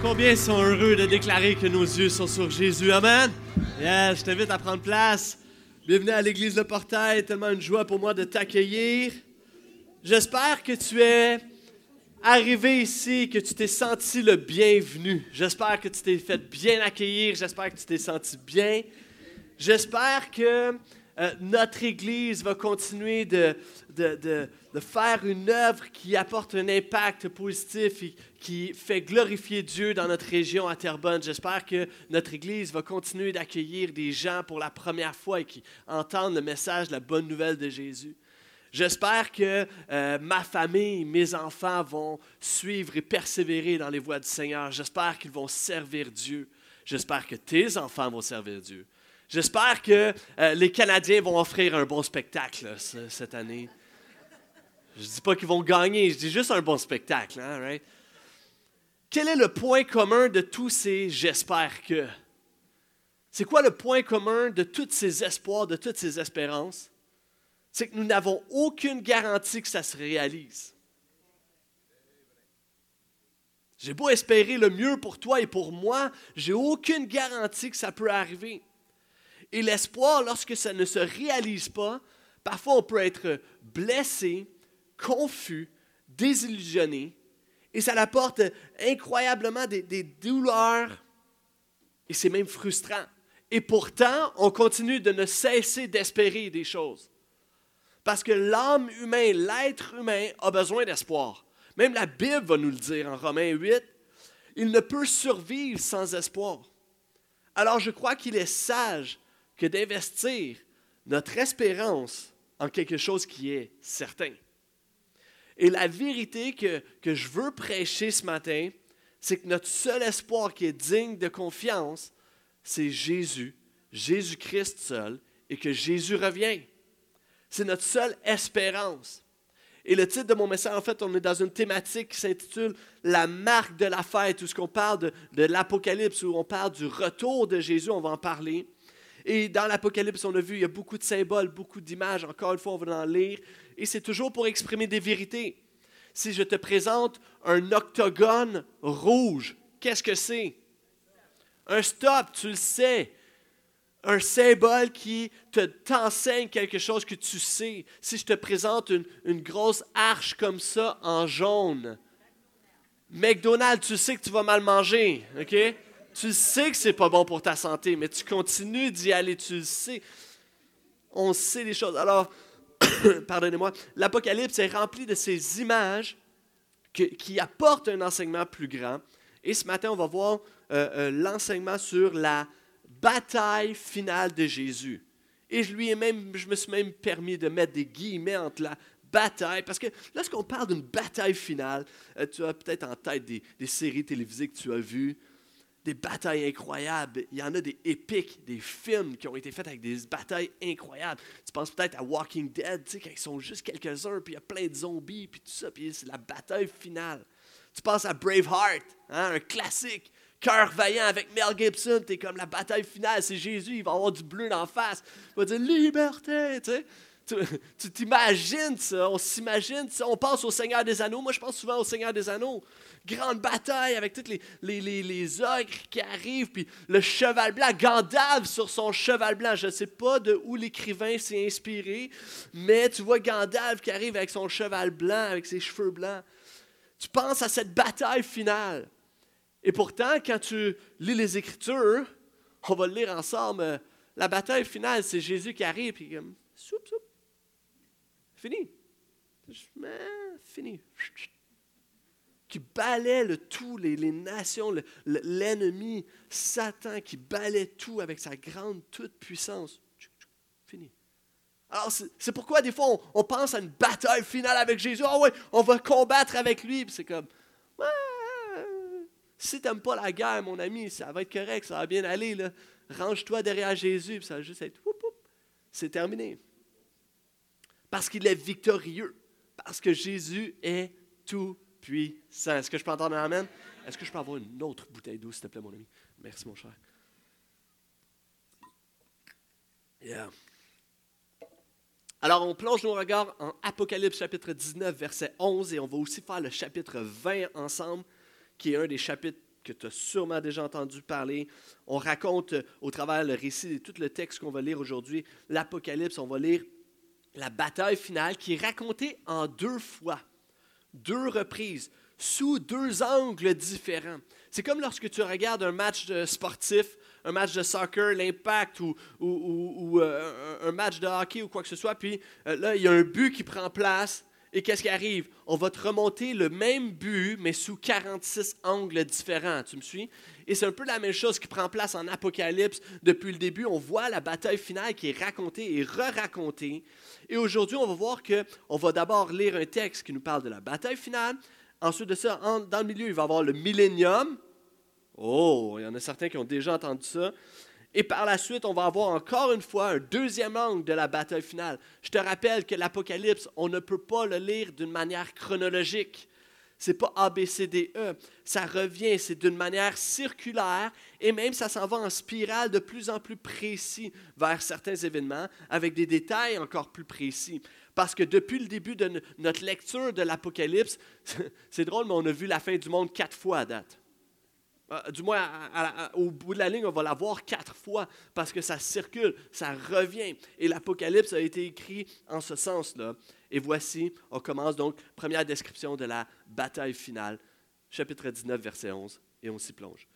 Combien sont heureux de déclarer que nos yeux sont sur Jésus? Amen? Yes, je t'invite à prendre place. Bienvenue à l'Église Le Portail. Tellement une joie pour moi de t'accueillir. J'espère que tu es arrivé ici, que tu t'es senti le bienvenu. J'espère que tu t'es fait bien accueillir. J'espère que tu t'es senti bien. J'espère que notre Église va continuer de faire une œuvre qui apporte un impact positif et qui fait glorifier Dieu dans notre région à Terrebonne. J'espère que notre Église va continuer d'accueillir des gens pour la première fois et qui entendent le message, la bonne nouvelle de Jésus. J'espère que ma famille, mes enfants vont suivre et persévérer dans les voies du Seigneur. J'espère qu'ils vont servir Dieu. J'espère que tes enfants vont servir Dieu. J'espère que les Canadiens vont offrir un bon spectacle là, cette année. Je ne dis pas qu'ils vont gagner, je dis juste un bon spectacle. Hein, right? Quel est le point commun de tous ces « j'espère que » ? C'est quoi le point commun de tous ces espoirs, de toutes ces espérances? C'est que nous n'avons aucune garantie que ça se réalise. J'ai beau espérer le mieux pour toi et pour moi, j'ai aucune garantie que ça peut arriver. Et l'espoir, lorsque ça ne se réalise pas, parfois on peut être blessé, confus, désillusionné, et ça apporte incroyablement des douleurs, et c'est même frustrant. Et pourtant, on continue de ne cesser d'espérer des choses. Parce que l'âme humaine, l'être humain a besoin d'espoir. Même la Bible va nous le dire en Romains 8, il ne peut survivre sans espoir. Alors je crois qu'il est sage que d'investir notre espérance en quelque chose qui est certain. Et la vérité que je veux prêcher ce matin, c'est que notre seul espoir qui est digne de confiance, c'est Jésus, Jésus-Christ seul, et que Jésus revient. C'est notre seule espérance. Et le titre de mon message, en fait, on est dans une thématique qui s'intitule « La marque de la fête », où on parle de l'Apocalypse, où on parle du retour de Jésus, on va en parler. Et dans l'Apocalypse, on a vu, il y a beaucoup de symboles, beaucoup d'images. Encore une fois, on va en lire. Et c'est toujours pour exprimer des vérités. Si je te présente un octogone rouge, qu'est-ce que c'est? Un stop, tu le sais. Un symbole qui t'enseigne quelque chose que tu sais. Si je te présente une grosse arche comme ça en jaune, McDonald's, tu sais que tu vas mal manger, OK? Tu sais que c'est pas bon pour ta santé, mais tu continues d'y aller, tu le sais. On sait les choses. Alors, pardonnez-moi, l'Apocalypse est rempli de ces images qui apportent un enseignement plus grand. Et ce matin, on va voir l'enseignement sur la bataille finale de Jésus. Et je me suis même permis de mettre des guillemets entre la bataille, parce que lorsqu'on parle d'une bataille finale, tu as peut-être en tête des séries télévisées que tu as vues, des batailles incroyables. Il y en a des épiques, des films qui ont été faits avec des batailles incroyables. Tu penses peut-être à Walking Dead, tu sais, quand ils sont juste quelques-uns, puis il y a plein de zombies, puis tout ça, puis c'est la bataille finale. Tu penses à Braveheart, hein, un classique, Cœur vaillant avec Mel Gibson, t'es comme la bataille finale, c'est Jésus, il va avoir du bleu d'en face, il va dire « Liberté », tu sais. Tu t'imagines ça, on s'imagine ça, on pense au Seigneur des Anneaux. Moi, je pense souvent au Seigneur des Anneaux. Grande bataille avec tous les ogres qui arrivent, puis le cheval blanc, Gandalf sur son cheval blanc. Je ne sais pas de où l'écrivain s'est inspiré, mais tu vois Gandalf qui arrive avec son cheval blanc, avec ses cheveux blancs. Tu penses à cette bataille finale. Et pourtant, quand tu lis les Écritures, on va le lire ensemble, la bataille finale, c'est Jésus qui arrive, puis comme, soup. Fini. Fini. Qui balaie tout, les nations, l'ennemi, Satan, qui balaie tout avec sa grande toute-puissance. Fini. Alors, c'est pourquoi des fois, on pense à une bataille finale avec Jésus. Ah ouais, on va combattre avec lui. Puis c'est comme, si tu n'aimes pas la guerre, mon ami, ça va être correct, ça va bien aller. Là. Range-toi derrière Jésus, puis ça va juste être, c'est terminé. Parce qu'il est victorieux. Parce que Jésus est tout-puissant. Est-ce que je peux entendre un amen? Est-ce que je peux avoir une autre bouteille d'eau, s'il te plaît, mon ami? Merci, mon cher. Yeah. Alors, on plonge nos regards en Apocalypse chapitre 19, verset 11, et on va aussi faire le chapitre 20 ensemble, qui est un des chapitres que tu as sûrement déjà entendu parler. On raconte au travers le récit et tout le texte qu'on va lire aujourd'hui, l'Apocalypse, on va lire la bataille finale qui est racontée en 2 fois, 2 reprises, sous 2 angles différents. C'est comme lorsque tu regardes un match sportif, un match de soccer, l'Impact ou un match de hockey ou quoi que ce soit, puis là, il y a un but qui prend place. Et qu'est-ce qui arrive? On va te remonter le même but, mais sous 46 angles différents. Tu me suis? Et c'est un peu la même chose qui prend place en Apocalypse. Depuis le début, on voit la bataille finale qui est racontée et re-racontée. Et aujourd'hui, on va voir qu'on va d'abord lire un texte qui nous parle de la bataille finale. Ensuite de ça, dans le milieu, il va y avoir le millénium. Oh, il y en a certains qui ont déjà entendu ça. Et par la suite, on va avoir encore une fois un 2e angle de la bataille finale. Je te rappelle que l'Apocalypse, on ne peut pas le lire d'une manière chronologique. Ce n'est pas A, B, C, D, E. Ça revient, c'est d'une manière circulaire et même ça s'en va en spirale de plus en plus précis vers certains événements avec des détails encore plus précis. Parce que depuis le début de notre lecture de l'Apocalypse, c'est drôle, mais on a vu la fin du monde 4 fois à date. Du moins, au bout de la ligne, on va la voir 4 fois parce que ça circule, ça revient. Et l'Apocalypse a été écrit en ce sens-là. Et voici, on commence donc, première description de la bataille finale, chapitre 19, verset 11, et on s'y plonge.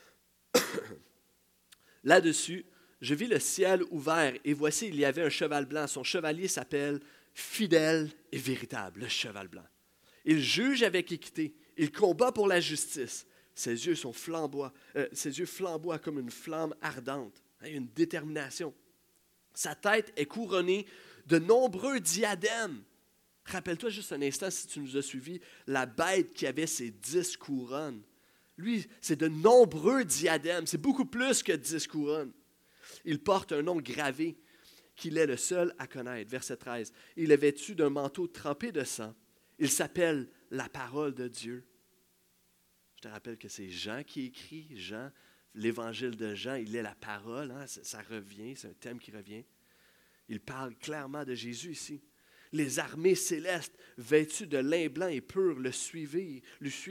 Là-dessus, je vis le ciel ouvert, et voici, il y avait un cheval blanc. Son chevalier s'appelle Fidèle et Véritable, le cheval blanc. Il juge avec équité, il combat pour la justice. Ses yeux flamboient comme une flamme ardente. Il y a une détermination. Sa tête est couronnée de nombreux diadèmes. Rappelle-toi juste un instant, si tu nous as suivis, la bête qui avait ses 10 couronnes. Lui, c'est de nombreux diadèmes. C'est beaucoup plus que 10 couronnes. Il porte un nom gravé qu'il est le seul à connaître. Verset 13. Il est vêtu d'un manteau trempé de sang. Il s'appelle la parole de Dieu. Je te rappelle que c'est Jean qui écrit, Jean, l'évangile de Jean, il est la parole, hein, ça revient, c'est un thème qui revient. Il parle clairement de Jésus ici. Les armées célestes, vêtues de lin blanc et pur, le suivent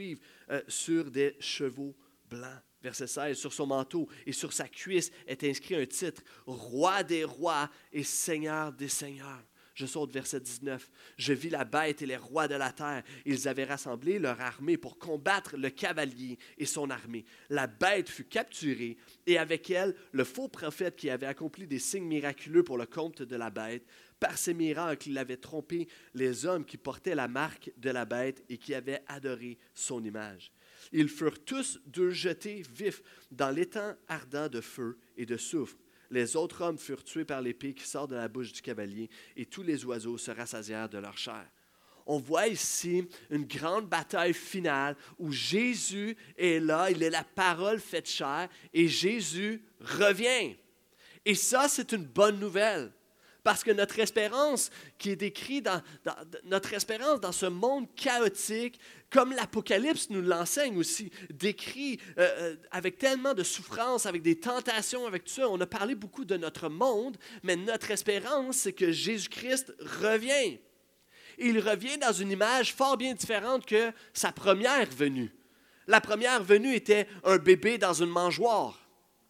sur des chevaux blancs. Verset 16, sur son manteau et sur sa cuisse est inscrit un titre, Roi des rois et Seigneur des seigneurs. Je saute verset 19. Je vis la bête et les rois de la terre. Ils avaient rassemblé leur armée pour combattre le cavalier et son armée. La bête fut capturée et avec elle, le faux prophète qui avait accompli des signes miraculeux pour le compte de la bête. Par ces miracles, il avait trompé les hommes qui portaient la marque de la bête et qui avaient adoré son image. Ils furent tous deux jetés vifs dans l'étang ardent de feu et de soufre. Les autres hommes furent tués par l'épée qui sort de la bouche du cavalier, et tous les oiseaux se rassasièrent de leur chair. On voit ici une grande bataille finale où Jésus est là, il est la parole faite chair, et Jésus revient. Et ça, c'est une bonne nouvelle. Parce que notre espérance qui est décrite notre espérance dans ce monde chaotique, comme l'Apocalypse nous l'enseigne aussi, décrit avec tellement de souffrance, avec des tentations, avec tout ça. On a parlé beaucoup de notre monde, mais notre espérance, c'est que Jésus-Christ revient. Et il revient dans une image fort bien différente que sa première venue. La première venue était un bébé dans une mangeoire.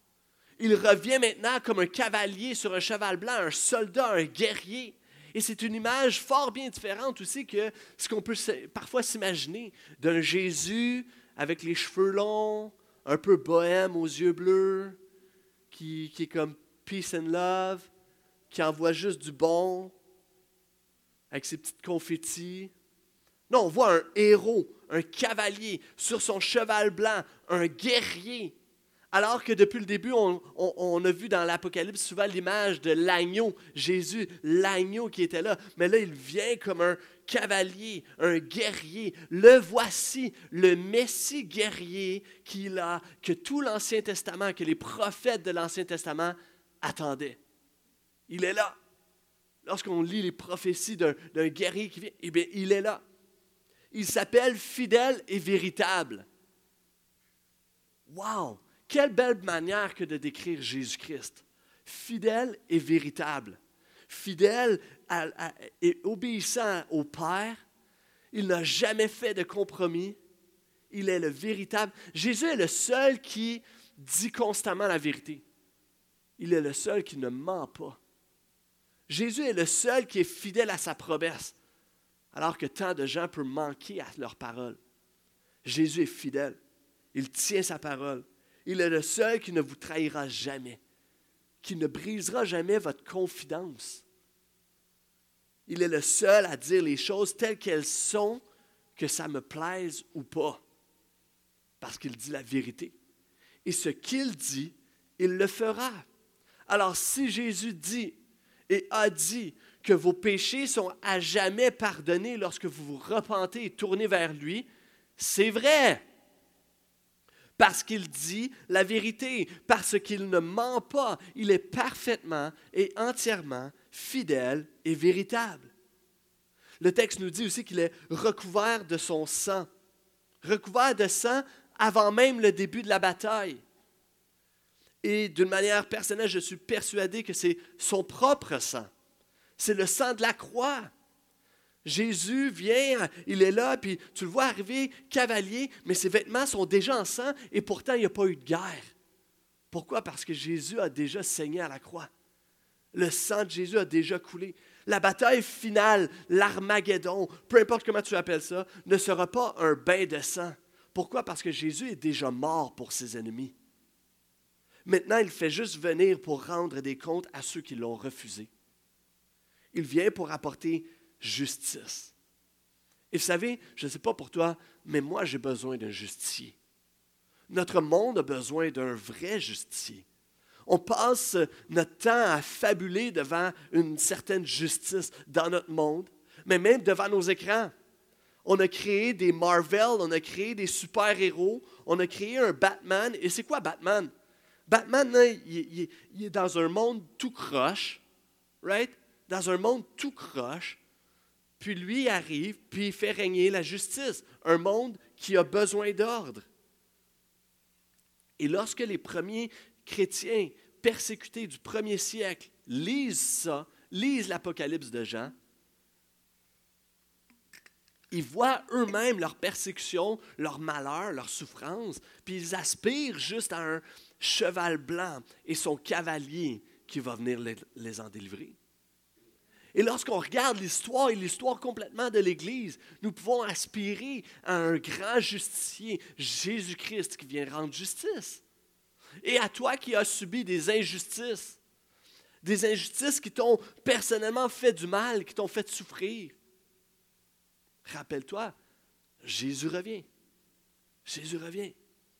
Il revient maintenant comme un cavalier sur un cheval blanc, un soldat, un guerrier. Et c'est une image fort bien différente aussi que ce qu'on peut parfois s'imaginer d'un Jésus avec les cheveux longs, un peu bohème aux yeux bleus, qui est comme peace and love, qui envoie juste du bon, avec ses petites confettis. Non, on voit un héros, un cavalier sur son cheval blanc, un guerrier. Alors que depuis le début, on a vu dans l'Apocalypse souvent l'image de l'agneau, Jésus, l'agneau qui était là. Mais là, il vient comme un cavalier, un guerrier. Le voici, le Messie guerrier que tout l'Ancien Testament, que les prophètes de l'Ancien Testament attendaient. Il est là. Lorsqu'on lit les prophéties d'un guerrier qui vient, eh bien, il est là. Il s'appelle fidèle et véritable. Wow! Quelle belle manière que de décrire Jésus-Christ. Fidèle et véritable. Fidèle et obéissant au Père. Il n'a jamais fait de compromis. Il est le véritable. Jésus est le seul qui dit constamment la vérité. Il est le seul qui ne ment pas. Jésus est le seul qui est fidèle à sa promesse, alors que tant de gens peuvent manquer à leur parole. Jésus est fidèle. Il tient sa parole. Il est le seul qui ne vous trahira jamais, qui ne brisera jamais votre confidence. Il est le seul à dire les choses telles qu'elles sont, que ça me plaise ou pas, parce qu'il dit la vérité. Et ce qu'il dit, il le fera. Alors si Jésus dit et a dit que vos péchés sont à jamais pardonnés lorsque vous vous repentez et tournez vers lui, c'est vrai. Parce qu'il dit la vérité, parce qu'il ne ment pas, il est parfaitement et entièrement fidèle et véritable. Le texte nous dit aussi qu'il est recouvert de son sang, recouvert de sang avant même le début de la bataille. Et d'une manière personnelle, je suis persuadé que c'est son propre sang. C'est le sang de la croix. Jésus vient, il est là, puis tu le vois arriver cavalier, mais ses vêtements sont déjà en sang et pourtant il n'y a pas eu de guerre. Pourquoi? Parce que Jésus a déjà saigné à la croix. Le sang de Jésus a déjà coulé. La bataille finale, l'Armageddon, peu importe comment tu appelles ça, ne sera pas un bain de sang. Pourquoi? Parce que Jésus est déjà mort pour ses ennemis. Maintenant, il fait juste venir pour rendre des comptes à ceux qui l'ont refusé. Il vient pour apporter justice. Et vous savez, je ne sais pas pour toi, mais moi j'ai besoin d'un justicier. Notre monde a besoin d'un vrai justicier. On passe notre temps à fabuler devant une certaine justice dans notre monde, mais même devant nos écrans. On a créé des Marvel, on a créé des super-héros, on a créé un Batman. Et c'est quoi Batman? Batman, là, il est dans un monde tout croche, right? Dans un monde tout croche. Puis lui arrive, puis il fait régner la justice. Un monde qui a besoin d'ordre. Et lorsque les premiers chrétiens persécutés du premier siècle lisent ça, lisent l'Apocalypse de Jean, ils voient eux-mêmes leur persécution, leur malheur, leur souffrance, puis ils aspirent juste à un cheval blanc et son cavalier qui va venir les en délivrer. Et lorsqu'on regarde l'histoire et l'histoire complètement de l'Église, nous pouvons aspirer à un grand justicier, Jésus-Christ, qui vient rendre justice. Et à toi qui as subi des injustices qui t'ont personnellement fait du mal, qui t'ont fait souffrir, rappelle-toi, Jésus revient. Jésus revient.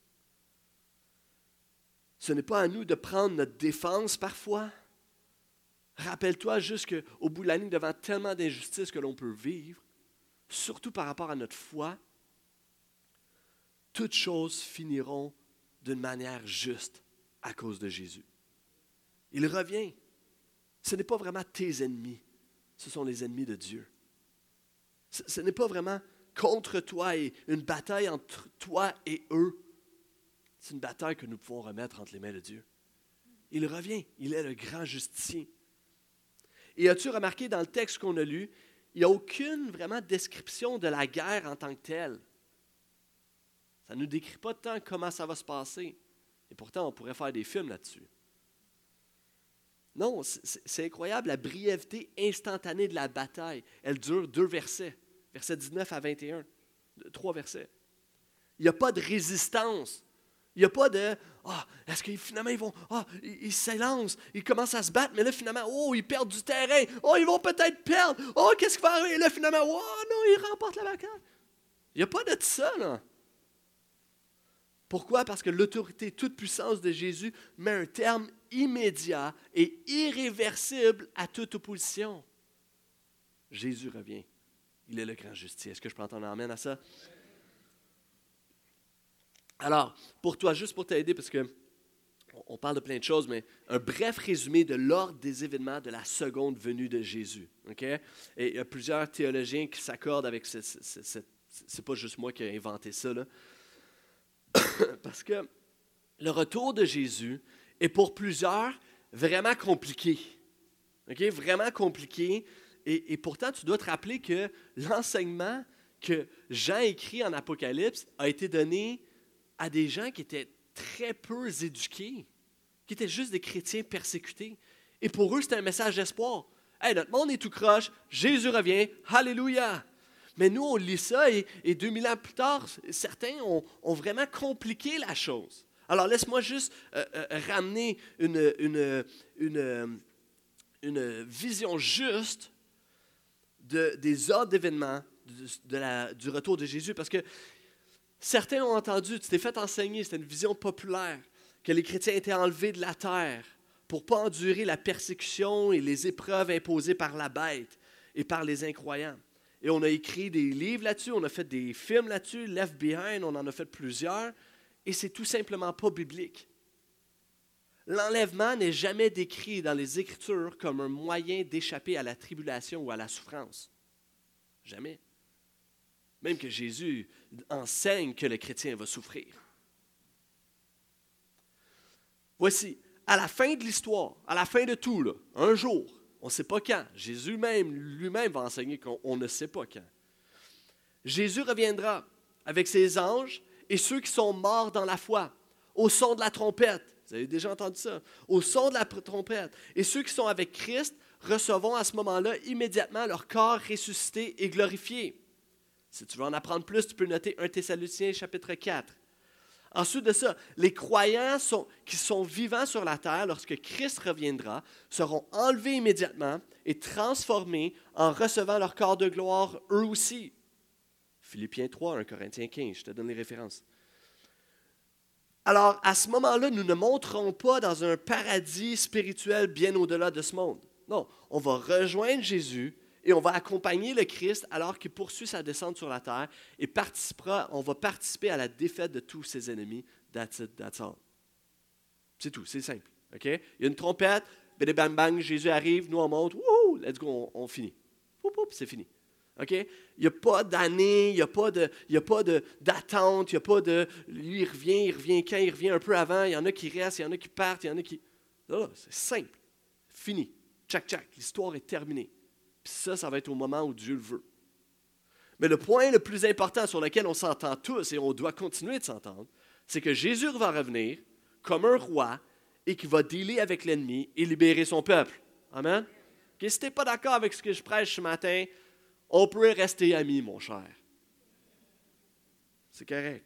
Ce n'est pas à nous de prendre notre défense parfois. Rappelle-toi juste qu'au bout de la ligne, devant tellement d'injustices que l'on peut vivre, surtout par rapport à notre foi, toutes choses finiront d'une manière juste à cause de Jésus. Il revient. Ce n'est pas vraiment tes ennemis, ce sont les ennemis de Dieu. Ce n'est pas vraiment contre toi et une bataille entre toi et eux. C'est une bataille que nous pouvons remettre entre les mains de Dieu. Il revient, il est le grand justicier. Et as-tu remarqué dans le texte qu'on a lu, il n'y a aucune vraiment description de la guerre en tant que telle. Ça ne nous décrit pas tant comment ça va se passer. Et pourtant, on pourrait faire des films là-dessus. Non, c'est incroyable la brièveté instantanée de la bataille. Elle dure 2 versets, versets 19 à 21, 3 versets. Il n'y a pas de résistance. Il n'y a pas de est-ce que finalement ils vont ils s'élancent, ils commencent à se battre, mais là finalement ils perdent du terrain. Ils vont peut-être perdre. Qu'est-ce qui va arriver? Là finalement non, ils remportent la bataille. Il n'y a pas de ça là. Pourquoi? Parce que l'autorité, toute puissance de Jésus met un terme immédiat et irréversible à toute opposition. Jésus revient. Il est le grand justicier. Est-ce que je peux entendre un amen à ça? Alors, pour toi, juste pour t'aider, parce qu'on parle de plein de choses, mais un bref résumé de l'ordre des événements de la seconde venue de Jésus. Okay? Et il y a plusieurs théologiens qui s'accordent avec c'est pas juste moi qui ai inventé ça, là. Parce que le retour de Jésus est pour plusieurs vraiment compliqué. Okay? Vraiment compliqué. Et pourtant, tu dois te rappeler que l'enseignement que Jean écrit en Apocalypse a été donné à des gens qui étaient très peu éduqués, qui étaient juste des chrétiens persécutés. Et pour eux, c'était un message d'espoir. Hey, notre monde est tout croche, Jésus revient, Alléluia! Mais nous, on lit ça et 2000 ans plus tard, certains ont vraiment compliqué la chose. Alors, laisse-moi juste ramener une vision juste des ordres d'événements du retour de Jésus. Parce que certains ont entendu, tu t'es fait enseigner, c'était une vision populaire, que les chrétiens étaient enlevés de la terre pour ne pas endurer la persécution et les épreuves imposées par la bête et par les incroyants. Et on a écrit des livres là-dessus, on a fait des films là-dessus, Left Behind, on en a fait plusieurs, et c'est tout simplement pas biblique. L'enlèvement n'est jamais décrit dans les Écritures comme un moyen d'échapper à la tribulation ou à la souffrance. Jamais. Même que Jésus enseigne que le chrétien va souffrir. Voici, à la fin de l'histoire, à la fin de tout, là, un jour, on ne sait pas quand, Jésus lui-même va enseigner qu'on ne sait pas quand. Jésus reviendra avec ses anges et ceux qui sont morts dans la foi, au son de la trompette. Vous avez déjà entendu ça? Au son de la trompette. Et ceux qui sont avec Christ recevront à ce moment-là immédiatement leur corps ressuscité et glorifié. Si tu veux en apprendre plus, tu peux noter 1 Thessaloniciens chapitre 4. Ensuite de ça, les croyants qui sont vivants sur la terre lorsque Christ reviendra seront enlevés immédiatement et transformés en recevant leur corps de gloire eux aussi. Philippiens 3, 1 Corinthiens 15, je te donne les références. Alors, à ce moment-là, nous ne monterons pas dans un paradis spirituel bien au-delà de ce monde. Non, on va rejoindre Jésus et on va accompagner le Christ alors qu'il poursuit sa descente sur la terre et on va participer à la défaite de tous ses ennemis. That's it, that's all. C'est tout, c'est simple. Okay? Il y a une trompette, bang, bang, bang, Jésus arrive, nous on monte, wouhou, let's go, on finit. Poup, poup, c'est fini. Okay? Il n'y a pas d'année, il n'y a pas d'attente, il n'y a pas de... Lui, il revient quand, il revient un peu avant, il y en a qui restent, il y en a qui partent, il y en a qui... Non, c'est simple. Fini. Tchac, tchac, l'histoire est terminée. Puis ça va être au moment où Dieu le veut. Mais le point le plus important sur lequel on s'entend tous, et on doit continuer de s'entendre, c'est que Jésus va revenir comme un roi et qu'il va dealer avec l'ennemi et libérer son peuple. Amen? Okay, si tu n'es pas d'accord avec ce que je prêche ce matin, on peut rester amis, mon cher. C'est correct.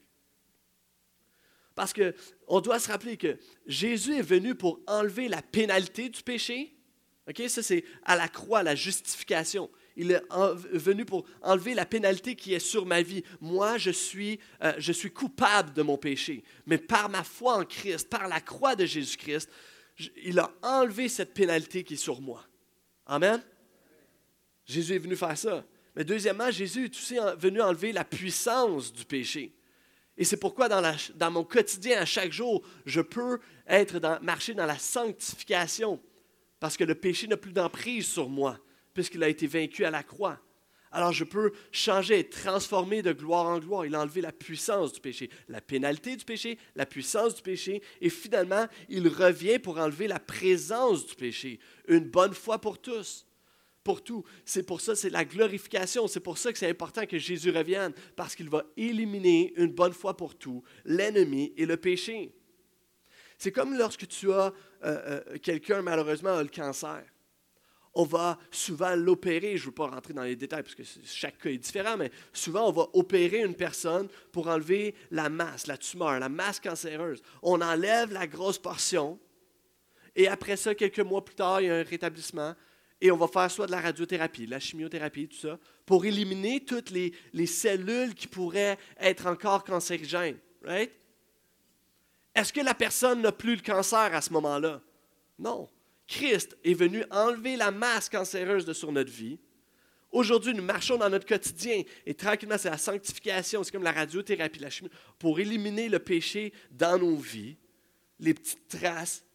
Parce qu'on doit se rappeler que Jésus est venu pour enlever la pénalité du péché. Okay? Ça, c'est à la croix, la justification. Il est venu pour enlever la pénalité qui est sur ma vie. Moi, je suis coupable de mon péché. Mais par ma foi en Christ, par la croix de Jésus-Christ, il a enlevé cette pénalité qui est sur moi. Amen? Jésus est venu faire ça. Mais deuxièmement, Jésus est aussi venu enlever la puissance du péché. Et c'est pourquoi dans mon quotidien, à chaque jour, je peux marcher dans la sanctification. Parce que le péché n'a plus d'emprise sur moi, puisqu'il a été vaincu à la croix. Alors je peux changer, être transformé de gloire en gloire. Il a enlevé la puissance du péché, la pénalité du péché, la puissance du péché. Et finalement, il revient pour enlever la présence du péché. Une bonne fois pour tous. Pour tout. C'est pour ça, c'est la glorification. C'est pour ça que c'est important que Jésus revienne, parce qu'il va éliminer une bonne fois pour tout l'ennemi et le péché. C'est comme lorsque tu as quelqu'un, malheureusement, a le cancer. On va souvent l'opérer. Je ne veux pas rentrer dans les détails parce que chaque cas est différent, mais souvent, on va opérer une personne pour enlever la masse, la tumeur, la masse cancéreuse. On enlève la grosse portion et après ça, quelques mois plus tard, il y a un rétablissement. Et on va faire soit de la radiothérapie, de la chimiothérapie, tout ça, pour éliminer toutes les cellules qui pourraient être encore cancérigènes. Right? Est-ce que la personne n'a plus le cancer à ce moment-là? Non. Christ est venu enlever la masse cancéreuse de sur notre vie. Aujourd'hui, nous marchons dans notre quotidien et tranquillement, c'est la sanctification, c'est comme la radiothérapie, la chimie, pour éliminer le péché dans nos vies, les petites traces,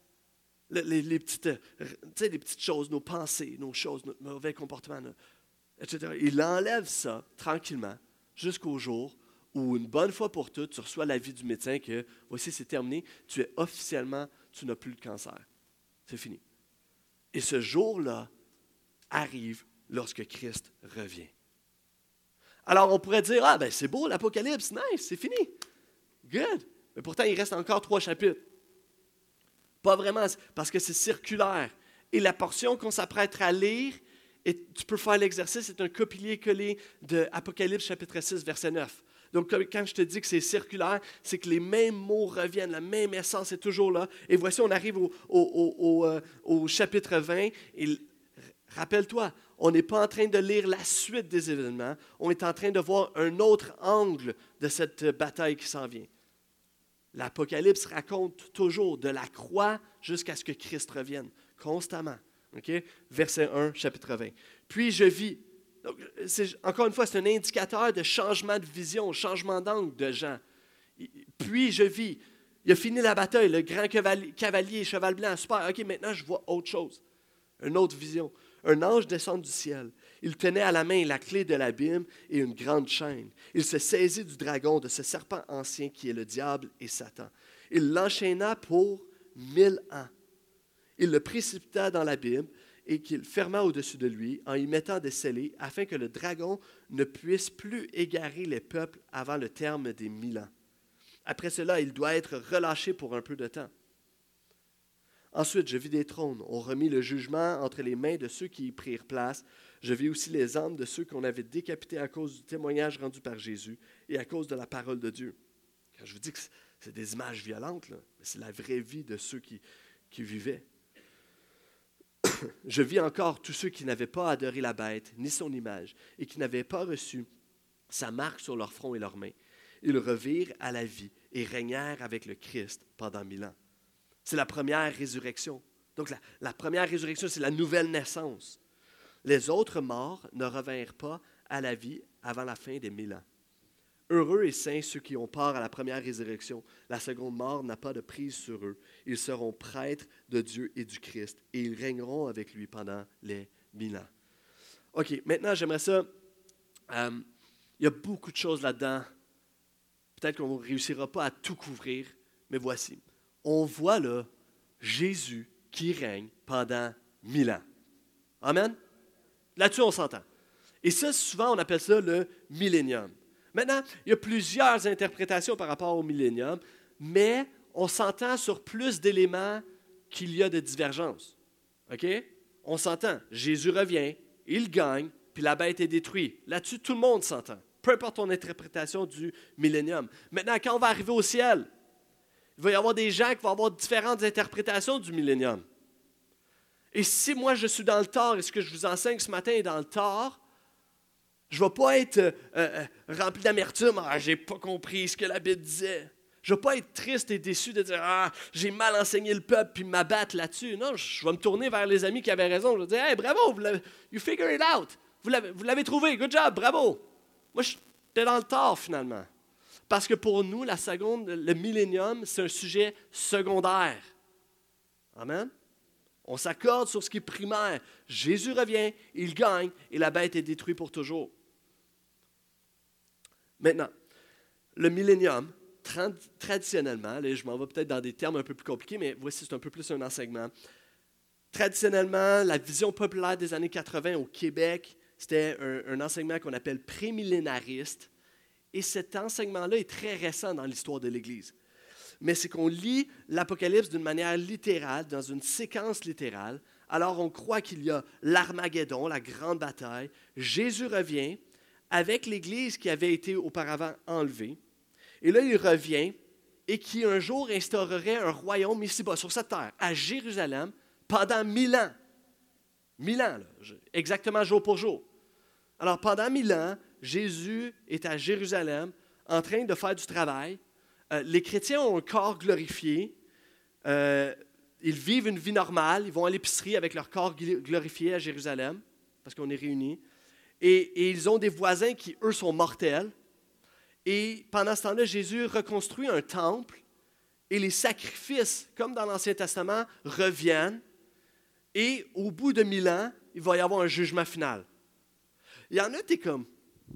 les petites choses, nos pensées, nos choses, notre mauvais comportement, etc. Il enlève ça tranquillement jusqu'au jour où une bonne fois pour toutes, tu reçois l'avis du médecin que voici, c'est terminé, tu n'as plus le cancer. C'est fini. Et ce jour-là arrive lorsque Christ revient. Alors, on pourrait dire, ah, ben c'est beau, l'Apocalypse, nice, c'est fini. Good. Mais pourtant, il reste encore 3 chapitres. Pas vraiment, parce que c'est circulaire. Et la portion qu'on s'apprête à lire, et tu peux faire l'exercice, c'est un copier-coller de Apocalypse chapitre 6, verset 9. Donc, quand je te dis que c'est circulaire, c'est que les mêmes mots reviennent, la même essence est toujours là. Et voici, on arrive au chapitre 20. Et rappelle-toi, on n'est pas en train de lire la suite des événements, on est en train de voir un autre angle de cette bataille qui s'en vient. L'Apocalypse raconte toujours de la croix jusqu'à ce que Christ revienne, constamment. Okay? Verset 1, chapitre 20. Puis je vis. Donc, encore une fois, c'est un indicateur de changement de vision, changement d'angle de Jean. Puis je vis. Il a fini la bataille, le grand cavalier, cheval blanc, super. OK, maintenant je vois autre chose. Une autre vision. Un ange descend du ciel. Il tenait à la main la clé de l'abîme et une grande chaîne. Il se saisit du dragon, de ce serpent ancien qui est le diable et Satan. Il l'enchaîna pour 1000 ans. Il le précipita dans l'abîme et qu'il ferma au-dessus de lui en y mettant des scellés afin que le dragon ne puisse plus égarer les peuples avant le terme des 1000 ans. Après cela, il doit être relâché pour un peu de temps. Ensuite, je vis des trônes. On remit le jugement entre les mains de ceux qui y prirent place. Je vis aussi les âmes de ceux qu'on avait décapités à cause du témoignage rendu par Jésus et à cause de la parole de Dieu. Quand je vous dis que c'est des images violentes, là, mais c'est la vraie vie de ceux qui vivaient. Je vis encore tous ceux qui n'avaient pas adoré la bête, ni son image, et qui n'avaient pas reçu sa marque sur leur front et leurs mains. Ils revirent à la vie et régnèrent avec le Christ pendant 1000 ans. C'est la première résurrection. Donc la première résurrection, c'est la nouvelle naissance. Les autres morts ne revinrent pas à la vie avant la fin des 1000 ans. Heureux et saints ceux qui ont part à la première résurrection. La seconde mort n'a pas de prise sur eux. Ils seront prêtres de Dieu et du Christ et ils régneront avec lui pendant les 1000 ans. OK, maintenant j'aimerais ça. Il y a beaucoup de choses là-dedans. Peut-être qu'on ne réussira pas à tout couvrir, mais voici. On voit là Jésus qui règne pendant 1000 ans. Amen? Là-dessus, on s'entend. Et ça, souvent, on appelle ça le millénium. Maintenant, il y a plusieurs interprétations par rapport au millénium, mais on s'entend sur plus d'éléments qu'il y a de divergence. OK? On s'entend. Jésus revient, il gagne, puis la bête est détruite. Là-dessus, tout le monde s'entend. Peu importe ton interprétation du millénium. Maintenant, quand on va arriver au ciel, il va y avoir des gens qui vont avoir différentes interprétations du millénium. Et si moi, je suis dans le tort et ce que je vous enseigne ce matin est dans le tort, je ne vais pas être rempli d'amertume. « Ah, je n'ai pas compris ce que la Bible disait. » Je ne vais pas être triste et déçu de dire « Ah, j'ai mal enseigné le peuple puis m'abattre là-dessus. » Non, je vais me tourner vers les amis qui avaient raison. Je vais dire « Hey, bravo, you figure it out. Vous l'avez trouvé, good job, bravo. » Moi, j'étais dans le tort finalement. Parce que pour nous, le millénium, c'est un sujet secondaire. Amen? On s'accorde sur ce qui est primaire. Jésus revient, il gagne et la bête est détruite pour toujours. Maintenant, le millénium, traditionnellement, là, je m'en vais peut-être dans des termes un peu plus compliqués, mais voici, c'est un peu plus un enseignement. Traditionnellement, la vision populaire des années 80 au Québec, c'était un enseignement qu'on appelle prémillénariste. Et cet enseignement-là est très récent dans l'histoire de l'Église. Mais c'est qu'on lit l'Apocalypse d'une manière littérale, dans une séquence littérale. Alors on croit qu'il y a l'Armageddon, la grande bataille. Jésus revient avec l'Église qui avait été auparavant enlevée. Et là, il revient et qui un jour instaurerait un royaume ici-bas, sur cette terre, à Jérusalem, pendant 1000 ans. 1000 ans, là, exactement jour pour jour. Alors pendant 1000 ans, Jésus est à Jérusalem en train de faire du travail. Les chrétiens ont un corps glorifié. Ils vivent une vie normale. Ils vont à l'épicerie avec leur corps glorifié à Jérusalem, parce qu'on est réunis. Et ils ont des voisins qui, eux, sont mortels. Et pendant ce temps-là, Jésus reconstruit un temple et les sacrifices, comme dans l'Ancien Testament, reviennent. Et au bout de 1000 ans, il va y avoir un jugement final. Il y en a, t'es comme...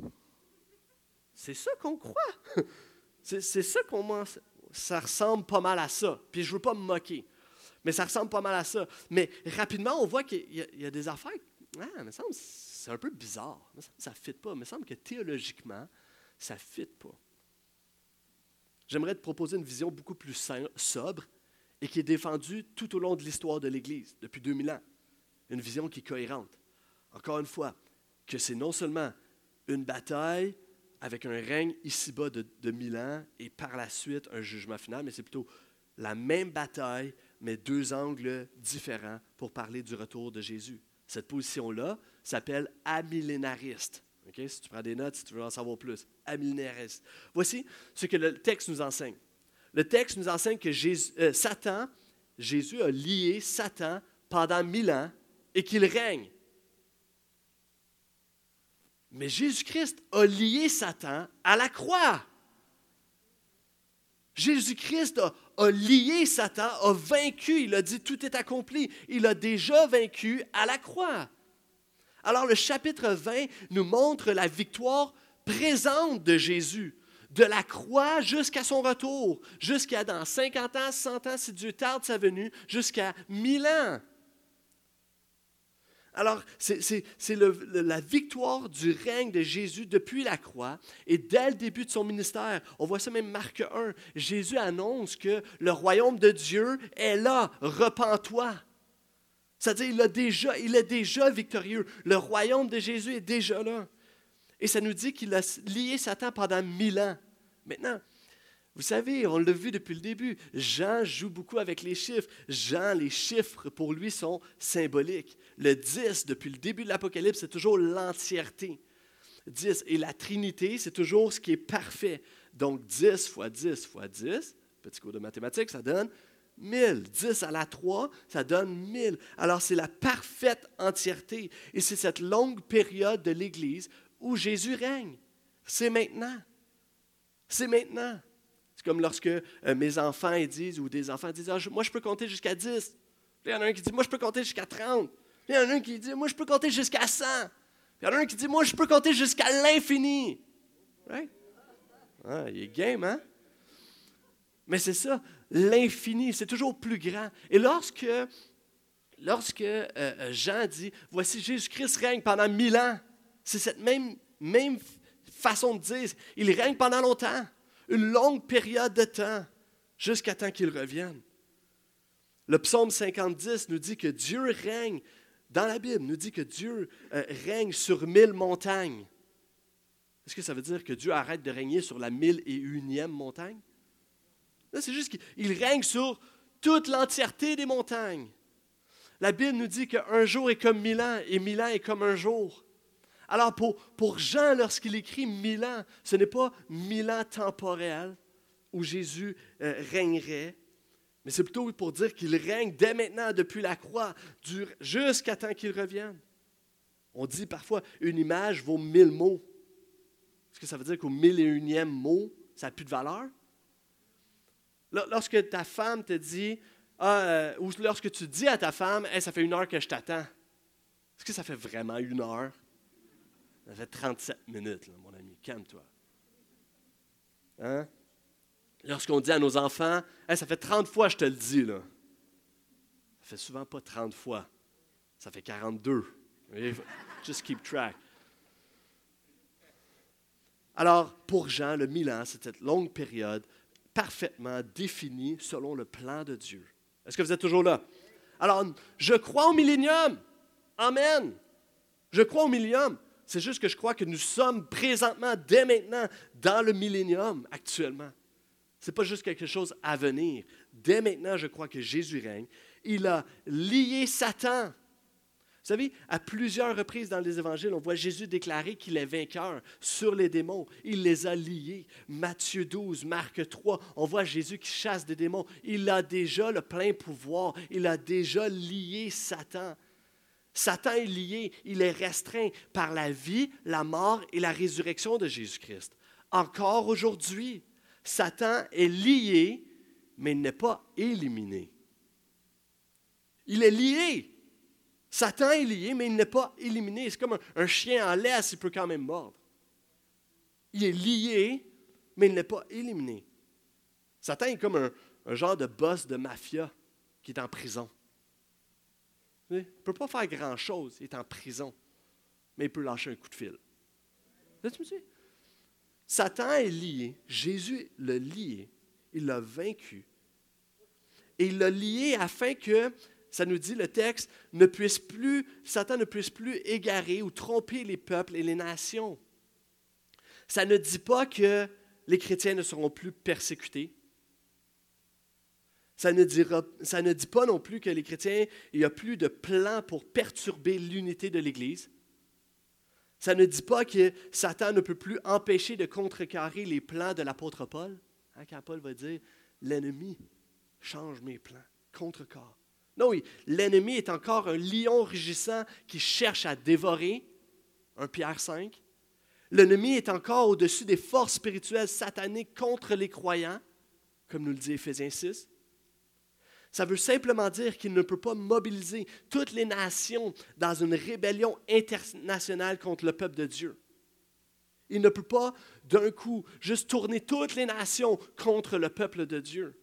C'est ça qu'on croit. C'est ça ça ressemble pas mal à ça. Puis je ne veux pas me moquer, mais ça ressemble pas mal à ça. Mais rapidement, on voit qu'il y a des affaires. Ah, il me semble, c'est un peu bizarre. Ça ne fit pas. Il me semble que théologiquement, ça ne fit pas. J'aimerais te proposer une vision beaucoup plus sobre et qui est défendue tout au long de l'histoire de l'Église, depuis 2000 ans. Une vision qui est cohérente. Encore une fois, que c'est non seulement une bataille avec un règne ici-bas de 1000 ans et par la suite un jugement final, mais c'est plutôt la même bataille, mais deux angles différents pour parler du retour de Jésus. Cette position-là s'appelle amillénariste. Okay? Si tu prends des notes, si tu veux en savoir plus, amillénariste. Voici ce que le texte nous enseigne. Le texte nous enseigne que Jésus a lié Satan pendant 1000 ans et qu'il règne. Mais Jésus-Christ a lié Satan à la croix. Jésus-Christ a lié Satan, a vaincu. Il a dit tout est accompli. Il a déjà vaincu à la croix. Alors le chapitre 20 nous montre la victoire présente de Jésus, de la croix jusqu'à son retour, jusqu'à dans 50 ans, 100 ans, si Dieu tarde sa venue, jusqu'à 1000 ans. Alors, c'est la victoire du règne de Jésus depuis la croix et dès le début de son ministère. On voit ça même Marc 1. Jésus annonce que le royaume de Dieu est là, repens-toi. C'est-à-dire, il est déjà victorieux. Le royaume de Jésus est déjà là. Et ça nous dit qu'il a lié Satan pendant 1000 ans. Maintenant, vous savez, on l'a vu depuis le début, Jean joue beaucoup avec les chiffres. Jean, les chiffres, pour lui, sont symboliques. Le 10, depuis le début de l'Apocalypse, c'est toujours l'entièreté. 10. Et la Trinité, c'est toujours ce qui est parfait. Donc, 10 fois 10 fois 10, petit cours de mathématiques, ça donne 1000. 10 à la 3, ça donne 1000. Alors, c'est la parfaite entièreté. Et c'est cette longue période de l'Église où Jésus règne. C'est maintenant. C'est maintenant. C'est comme lorsque mes enfants ils disent, ou des enfants disent, moi je peux compter jusqu'à 10. Puis il y en a un qui dit, moi je peux compter jusqu'à 30. Puis il y en a un qui dit, moi je peux compter jusqu'à 100. Puis il y en a un qui dit, moi je peux compter jusqu'à l'infini. Right? Ah, il est game, hein? Mais c'est ça, l'infini, c'est toujours plus grand. Et lorsque Jean dit, voici Jésus-Christ règne pendant 1000 ans, c'est cette même façon de dire, il règne pendant longtemps. Une longue période de temps, jusqu'à temps qu'il revienne. Le psaume 50 nous dit que Dieu règne, dans la Bible, nous dit que Dieu règne sur 1000 montagnes. Est-ce que ça veut dire que Dieu arrête de régner sur la 1001e montagne? Là, c'est juste qu'il règne sur toute l'entièreté des montagnes. La Bible nous dit qu'un jour est comme 1000 ans et 1000 ans est comme un jour. Alors, pour Jean, lorsqu'il écrit 1000 ans, ce n'est pas 1000 ans temporels où Jésus régnerait, mais c'est plutôt pour dire qu'il règne dès maintenant, depuis la croix, jusqu'à temps qu'il revienne. On dit parfois, une image vaut 1000 mots. Est-ce que ça veut dire qu'au 1001e mot, ça n'a plus de valeur? Lorsque ta femme te dit, ou lorsque tu dis à ta femme, hey, ça fait 1 heure que je t'attends, est-ce que ça fait vraiment 1 heure? Ça fait 37 minutes, là, mon ami. Calme-toi. Hein? Lorsqu'on dit à nos enfants, hey, ça fait 30 fois que je te le dis, là. Ça fait souvent pas 30 fois. Ça fait 42. Just keep track. Alors, pour Jean, le 1000 ans, c'est cette longue période parfaitement définie selon le plan de Dieu. Est-ce que vous êtes toujours là? Alors, je crois au millénium. Amen. Je crois au millénium. C'est juste que je crois que nous sommes présentement, dès maintenant, dans le millénium actuellement. Ce n'est pas juste quelque chose à venir. Dès maintenant, je crois que Jésus règne. Il a lié Satan. Vous savez, à plusieurs reprises dans les évangiles, on voit Jésus déclarer qu'il est vainqueur sur les démons. Il les a liés. Matthieu 12, Marc 3, on voit Jésus qui chasse des démons. Il a déjà le plein pouvoir. Il a déjà lié Satan. Satan est lié, il est restreint par la vie, la mort et la résurrection de Jésus-Christ. Encore aujourd'hui, Satan est lié, mais il n'est pas éliminé. Il est lié. Satan est lié, mais il n'est pas éliminé. C'est comme un chien en laisse, il peut quand même mordre. Il est lié, mais il n'est pas éliminé. Satan est comme un genre de boss de mafia qui est en prison. Il ne peut pas faire grand-chose, il est en prison. mais il peut lâcher un coup de fil. Laisse-moi dire. Satan est lié. Jésus l'a lié. Il l'a vaincu. Et il l'a lié afin que, ça nous dit le texte, Satan ne puisse plus égarer ou tromper les peuples et les nations. Ça ne dit pas que les chrétiens ne seront plus persécutés. Ça ne dit pas non plus que les chrétiens, il n'y a plus de plan pour perturber l'unité de l'Église. Ça ne dit pas que Satan ne peut plus empêcher de contrecarrer les plans de l'apôtre Paul. Quand Paul va dire, l'ennemi change mes plans, contrecarre. Non, oui, l'ennemi est encore un lion rugissant qui cherche à dévorer, 1 Pierre 5. L'ennemi est encore au-dessus des forces spirituelles sataniques contre les croyants, comme nous le dit Éphésiens 6. Ça veut simplement dire qu'il ne peut pas mobiliser toutes les nations dans une rébellion internationale contre le peuple de Dieu. Il ne peut pas, d'un coup, juste tourner toutes les nations contre le peuple de Dieu.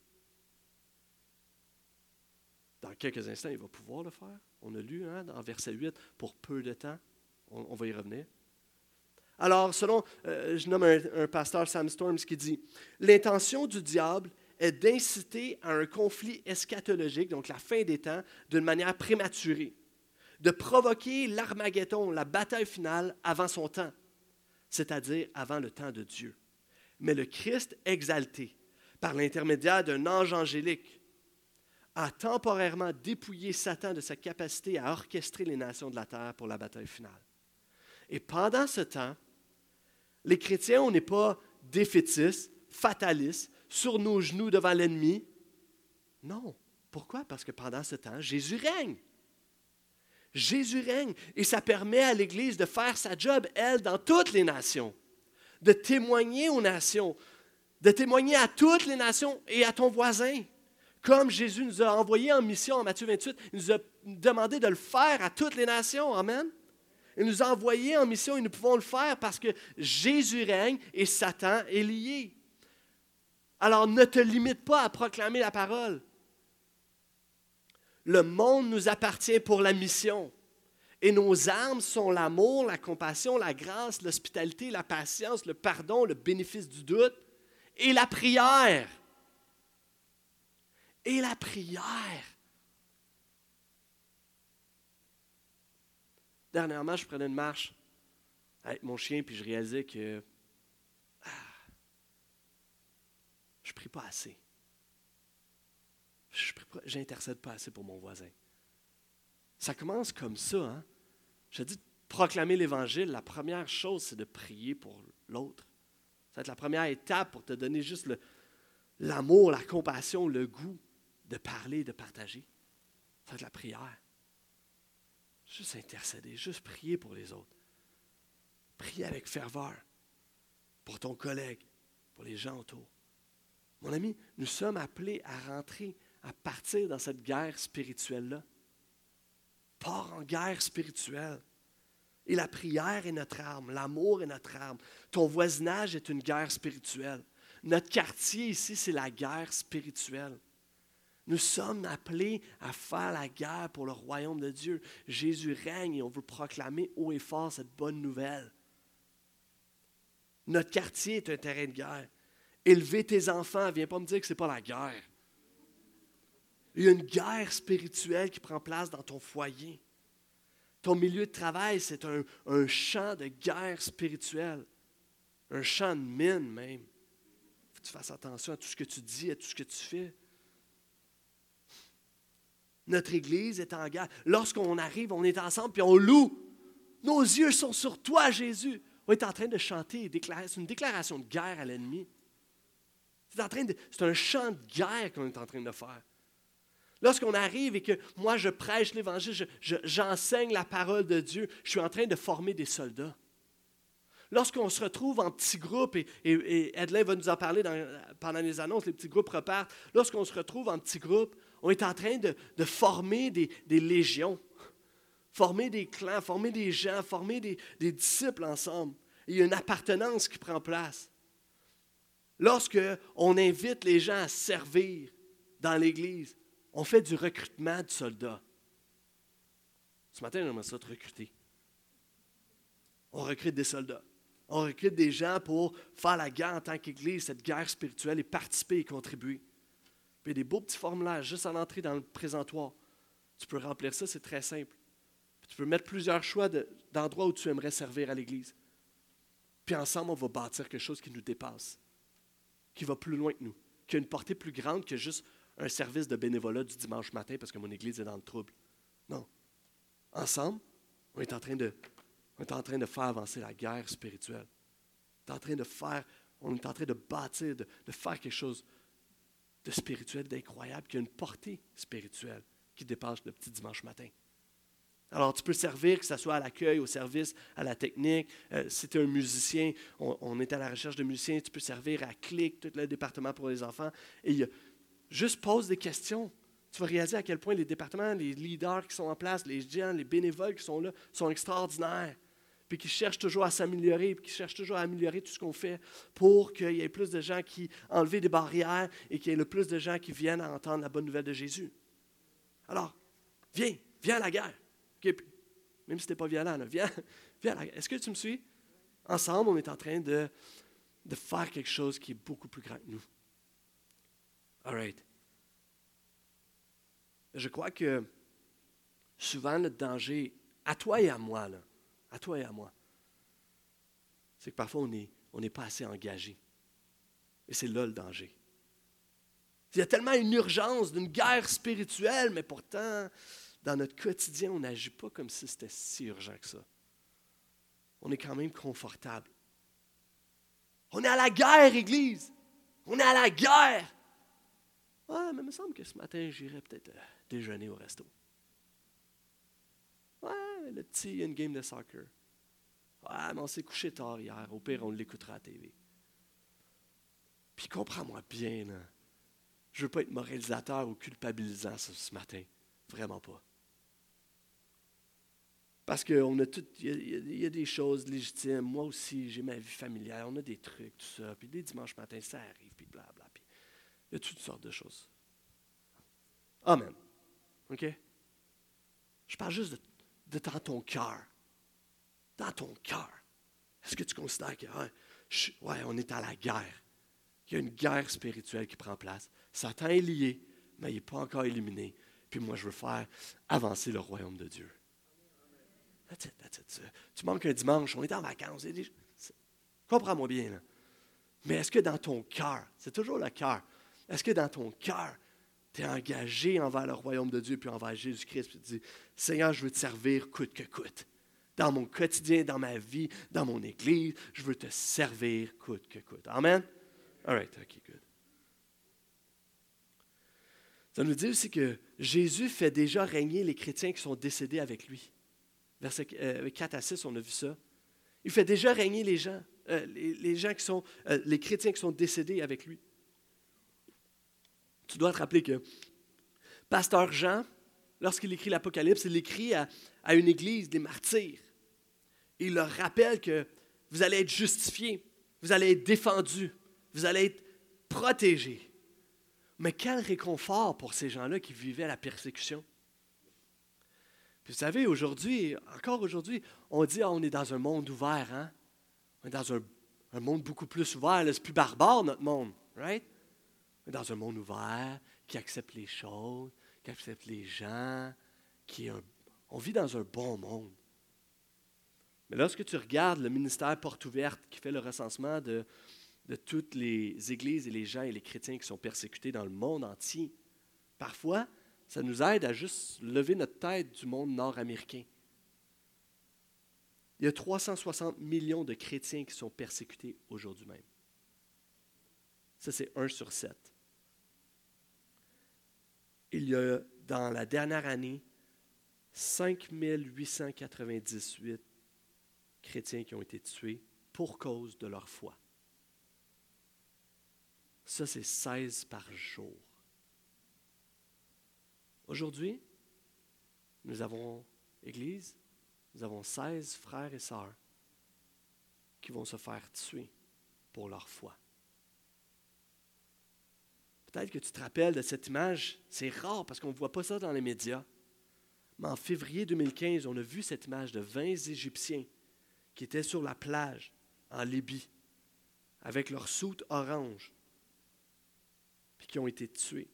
Dans quelques instants, il va pouvoir le faire. On a lu dans verset 8, pour peu de temps. On va y revenir. Alors, selon, je nomme un pasteur, Sam Storms, qui dit « L'intention du diable est d'inciter à un conflit eschatologique, donc la fin des temps, d'une manière prématurée, de provoquer l'Armageddon, la bataille finale, avant son temps, c'est-à-dire avant le temps de Dieu. Mais le Christ exalté, par l'intermédiaire d'un ange angélique, a temporairement dépouillé Satan de sa capacité à orchestrer les nations de la terre pour la bataille finale. Et pendant ce temps, les chrétiens, on n'est pas défaitistes, fatalistes, sur nos genoux devant l'ennemi. Non. Pourquoi? Parce que pendant ce temps, Jésus règne. Jésus règne. Et ça permet à l'Église de faire sa job, elle, dans toutes les nations, de témoigner aux nations, de témoigner à toutes les nations et à ton voisin. Comme Jésus nous a envoyés en mission en Matthieu 28, il nous a demandé de le faire à toutes les nations. Amen. Il nous a envoyés en mission et nous pouvons le faire parce que Jésus règne et Satan est lié. Alors ne te limite pas à proclamer la parole. Le monde nous appartient pour la mission. Et nos armes sont l'amour, la compassion, la grâce, l'hospitalité, la patience, le pardon, le bénéfice du doute et la prière. Et la prière. Dernièrement, je prenais une marche avec mon chien, puis je réalisais que je ne prie pas assez. Je n'intercède pas assez pour mon voisin. Ça commence comme ça. Hein? Je dis, proclamer l'Évangile, la première chose, c'est de prier pour l'autre. Ça va être la première étape pour te donner juste l'amour, la compassion, le goût de parler, de partager. Ça va être la prière. Juste intercéder, juste prier pour les autres. Prier avec ferveur pour ton collègue, pour les gens autour. Mon ami, nous sommes appelés à rentrer, à partir dans cette guerre spirituelle-là. Pars en guerre spirituelle. Et la prière est notre arme, l'amour est notre arme. Ton voisinage est une guerre spirituelle. Notre quartier ici, c'est la guerre spirituelle. Nous sommes appelés à faire la guerre pour le royaume de Dieu. Jésus règne et on veut proclamer haut et fort cette bonne nouvelle. Notre quartier est un terrain de guerre. Élever tes enfants, viens pas me dire que ce n'est pas la guerre. Il y a une guerre spirituelle qui prend place dans ton foyer. Ton milieu de travail, c'est un champ de guerre spirituelle. Un champ de mine même. Il faut que tu fasses attention à tout ce que tu dis, à tout ce que tu fais. Notre Église est en guerre. Lorsqu'on arrive, on est ensemble puis on loue. Nos yeux sont sur toi, Jésus. On est en train de chanter, c'est une déclaration de guerre à l'ennemi. C'est un chant de guerre qu'on est en train de faire. Lorsqu'on arrive et que moi je prêche l'Évangile, j'enseigne la parole de Dieu, je suis en train de former des soldats. Lorsqu'on se retrouve en petits groupes, et Edlin va nous en parler pendant les annonces, les petits groupes repartent. Lorsqu'on se retrouve en petits groupes, on est en train de former des légions, former des clans, former des gens, former des disciples ensemble. Et il y a une appartenance qui prend place. Lorsqu'on invite les gens à servir dans l'Église, on fait du recrutement de soldats. Ce matin, j'aimerais ça te recruter. On recrute des soldats. On recrute des gens pour faire la guerre en tant qu'Église, cette guerre spirituelle, et participer et contribuer. Puis il y a des beaux petits formulaires juste à l'entrée dans le présentoir. Tu peux remplir ça, c'est très simple. Puis tu peux mettre plusieurs choix d'endroits où tu aimerais servir à l'Église. Puis ensemble, on va bâtir quelque chose qui nous dépasse, qui va plus loin que nous, qui a une portée plus grande que juste un service de bénévolat du dimanche matin parce que mon Église est dans le trouble. Non. Ensemble, on est en train de faire avancer la guerre spirituelle. On est en train de bâtir, de faire quelque chose de spirituel, d'incroyable, qui a une portée spirituelle qui dépasse le petit dimanche matin. Alors, tu peux servir, que ce soit à l'accueil, au service, à la technique. Si tu es un musicien, on est à la recherche de musiciens, tu peux servir à Clic, tout le département pour les enfants. Et juste pose des questions. Tu vas réaliser à quel point les départements, les leaders qui sont en place, les gens, les bénévoles qui sont là, sont extraordinaires. Puis qui cherchent toujours à s'améliorer, puis qui cherchent toujours à améliorer tout ce qu'on fait pour qu'il y ait plus de gens qui enlèvent des barrières et qu'il y ait le plus de gens qui viennent à entendre la bonne nouvelle de Jésus. Alors, viens à la guerre. Okay? Même si tu n'es pas violent, là, viens à la guerre. Est-ce que tu me suis? Ensemble, on est en train de faire quelque chose qui est beaucoup plus grand que nous. All right. Je crois que souvent, le danger, à toi et à moi, là, à toi et à moi, c'est que parfois, on n'est pas assez engagé. Et c'est là le danger. Il y a tellement une urgence d'une guerre spirituelle, mais pourtant, dans notre quotidien, on n'agit pas comme si c'était si urgent que ça. On est quand même confortable. On est à la guerre, Église. On est à la guerre. Ouais, mais il me semble que ce matin, j'irai peut-être déjeuner au resto. Ouais, le petit, il y a une game de soccer. Ouais, mais on s'est couché tard hier. Au pire, on l'écoutera à la TV. Puis comprends-moi bien, là. Je ne veux pas être moralisateur ou culpabilisant ce matin. Vraiment pas. Parce qu'il y a des choses légitimes. Moi aussi, j'ai ma vie familiale. On a des trucs, tout ça. Puis les dimanches matins, ça arrive, puis blablabla. Puis il y a toutes sortes de choses. Amen. OK? Je parle juste de dans ton cœur. Dans ton cœur. Est-ce que tu considères que on est à la guerre? Il y a une guerre spirituelle qui prend place. Satan est lié, mais il n'est pas encore éliminé. Puis moi, je veux faire avancer le royaume de Dieu. That's it. Tu manques un dimanche, on est en vacances. Comprends-moi bien. Là. Mais est-ce que dans ton cœur, c'est toujours le cœur, est-ce que dans ton cœur, tu es engagé envers le royaume de Dieu puis envers Jésus-Christ, puis tu dis, Seigneur, je veux te servir coûte que coûte. Dans mon quotidien, dans ma vie, dans mon église, je veux te servir coûte que coûte. Amen? All right, OK, good. Ça nous dit aussi que Jésus fait déjà régner les chrétiens qui sont décédés avec lui. Versets 4 à 6, on a vu ça. Il fait déjà régner les gens, les chrétiens qui sont décédés avec lui. Tu dois te rappeler que Pasteur Jean, lorsqu'il écrit l'Apocalypse, il écrit à une église des martyrs. Il leur rappelle que vous allez être justifiés, vous allez être défendus, vous allez être protégés. Mais quel réconfort pour ces gens-là qui vivaient la persécution. Puis vous savez, encore aujourd'hui, on dit on est dans un monde ouvert. Hein? On est dans un monde beaucoup plus ouvert. Là, c'est plus barbare, notre monde. Right? On est dans un monde ouvert, qui accepte les choses, qui accepte les gens. On vit dans un bon monde. Mais lorsque tu regardes le ministère Porte Ouverte qui fait le recensement de toutes les églises et les gens et les chrétiens qui sont persécutés dans le monde entier, parfois, ça nous aide à juste lever notre tête du monde nord-américain. Il y a 360 millions de chrétiens qui sont persécutés aujourd'hui même. Ça, c'est 1 sur 7. Il y a, dans la dernière année, 5 898 chrétiens qui ont été tués pour cause de leur foi. Ça, c'est 16 par jour. Aujourd'hui, nous avons, Église, nous avons 16 frères et sœurs qui vont se faire tuer pour leur foi. Peut-être que tu te rappelles de cette image, c'est rare parce qu'on ne voit pas ça dans les médias. Mais en février 2015, on a vu cette image de 20 Égyptiens qui étaient sur la plage en Libye, avec leur soute orange, puis qui ont été tués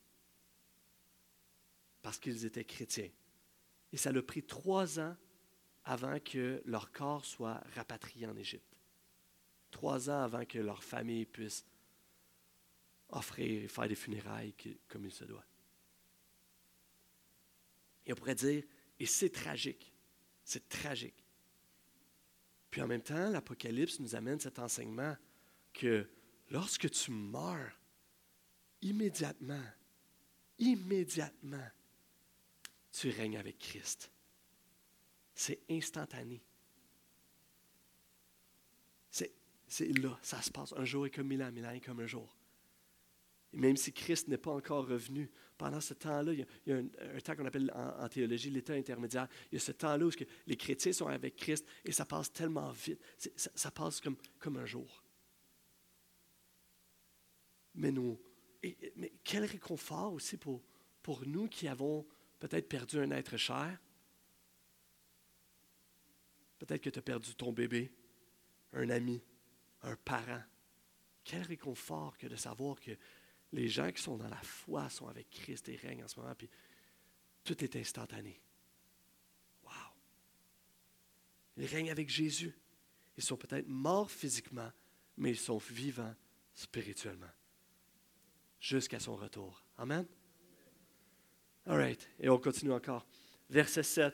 parce qu'ils étaient chrétiens. Et ça a pris 3 ans avant que leur corps soit rapatrié en Égypte. 3 ans avant que leur famille puisse offrir et faire des funérailles comme il se doit. Et on pourrait dire, et c'est tragique. C'est tragique. Puis en même temps, l'Apocalypse nous amène cet enseignement que lorsque tu meurs, immédiatement, tu règnes avec Christ. C'est instantané. C'est là, ça se passe. Un jour est comme 1000 ans, 1000 ans est comme un jour. Et même si Christ n'est pas encore revenu, pendant ce temps-là, il y a un temps qu'on appelle en théologie l'état intermédiaire. Il y a ce temps-là où les chrétiens sont avec Christ et ça passe tellement vite. Ça passe comme un jour. Mais quel réconfort aussi pour nous qui avons peut-être perdu un être cher. Peut-être que tu as perdu ton bébé, un ami, un parent. Quel réconfort que de savoir que les gens qui sont dans la foi sont avec Christ et règnent en ce moment, puis tout est instantané. Wow! Ils règnent avec Jésus. Ils sont peut-être morts physiquement, mais ils sont vivants spirituellement. Jusqu'à son retour. Amen? All right. Et on continue encore. Verset 7.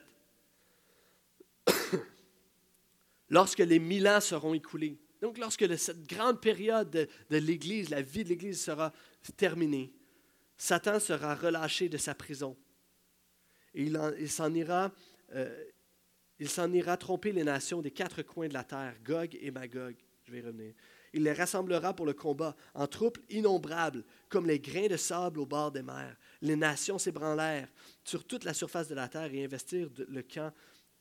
Lorsque les 1000 ans seront écoulés, donc lorsque cette grande période de l'Église, la vie de l'Église sera terminée, Satan sera relâché de sa prison. Et il s'en ira tromper les nations des 4 coins de la terre, Gog et Magog. Je vais y revenir. Il les rassemblera pour le combat en troupes innombrables, comme les grains de sable au bord des mers. Les nations s'ébranlèrent sur toute la surface de la terre et investirent le camp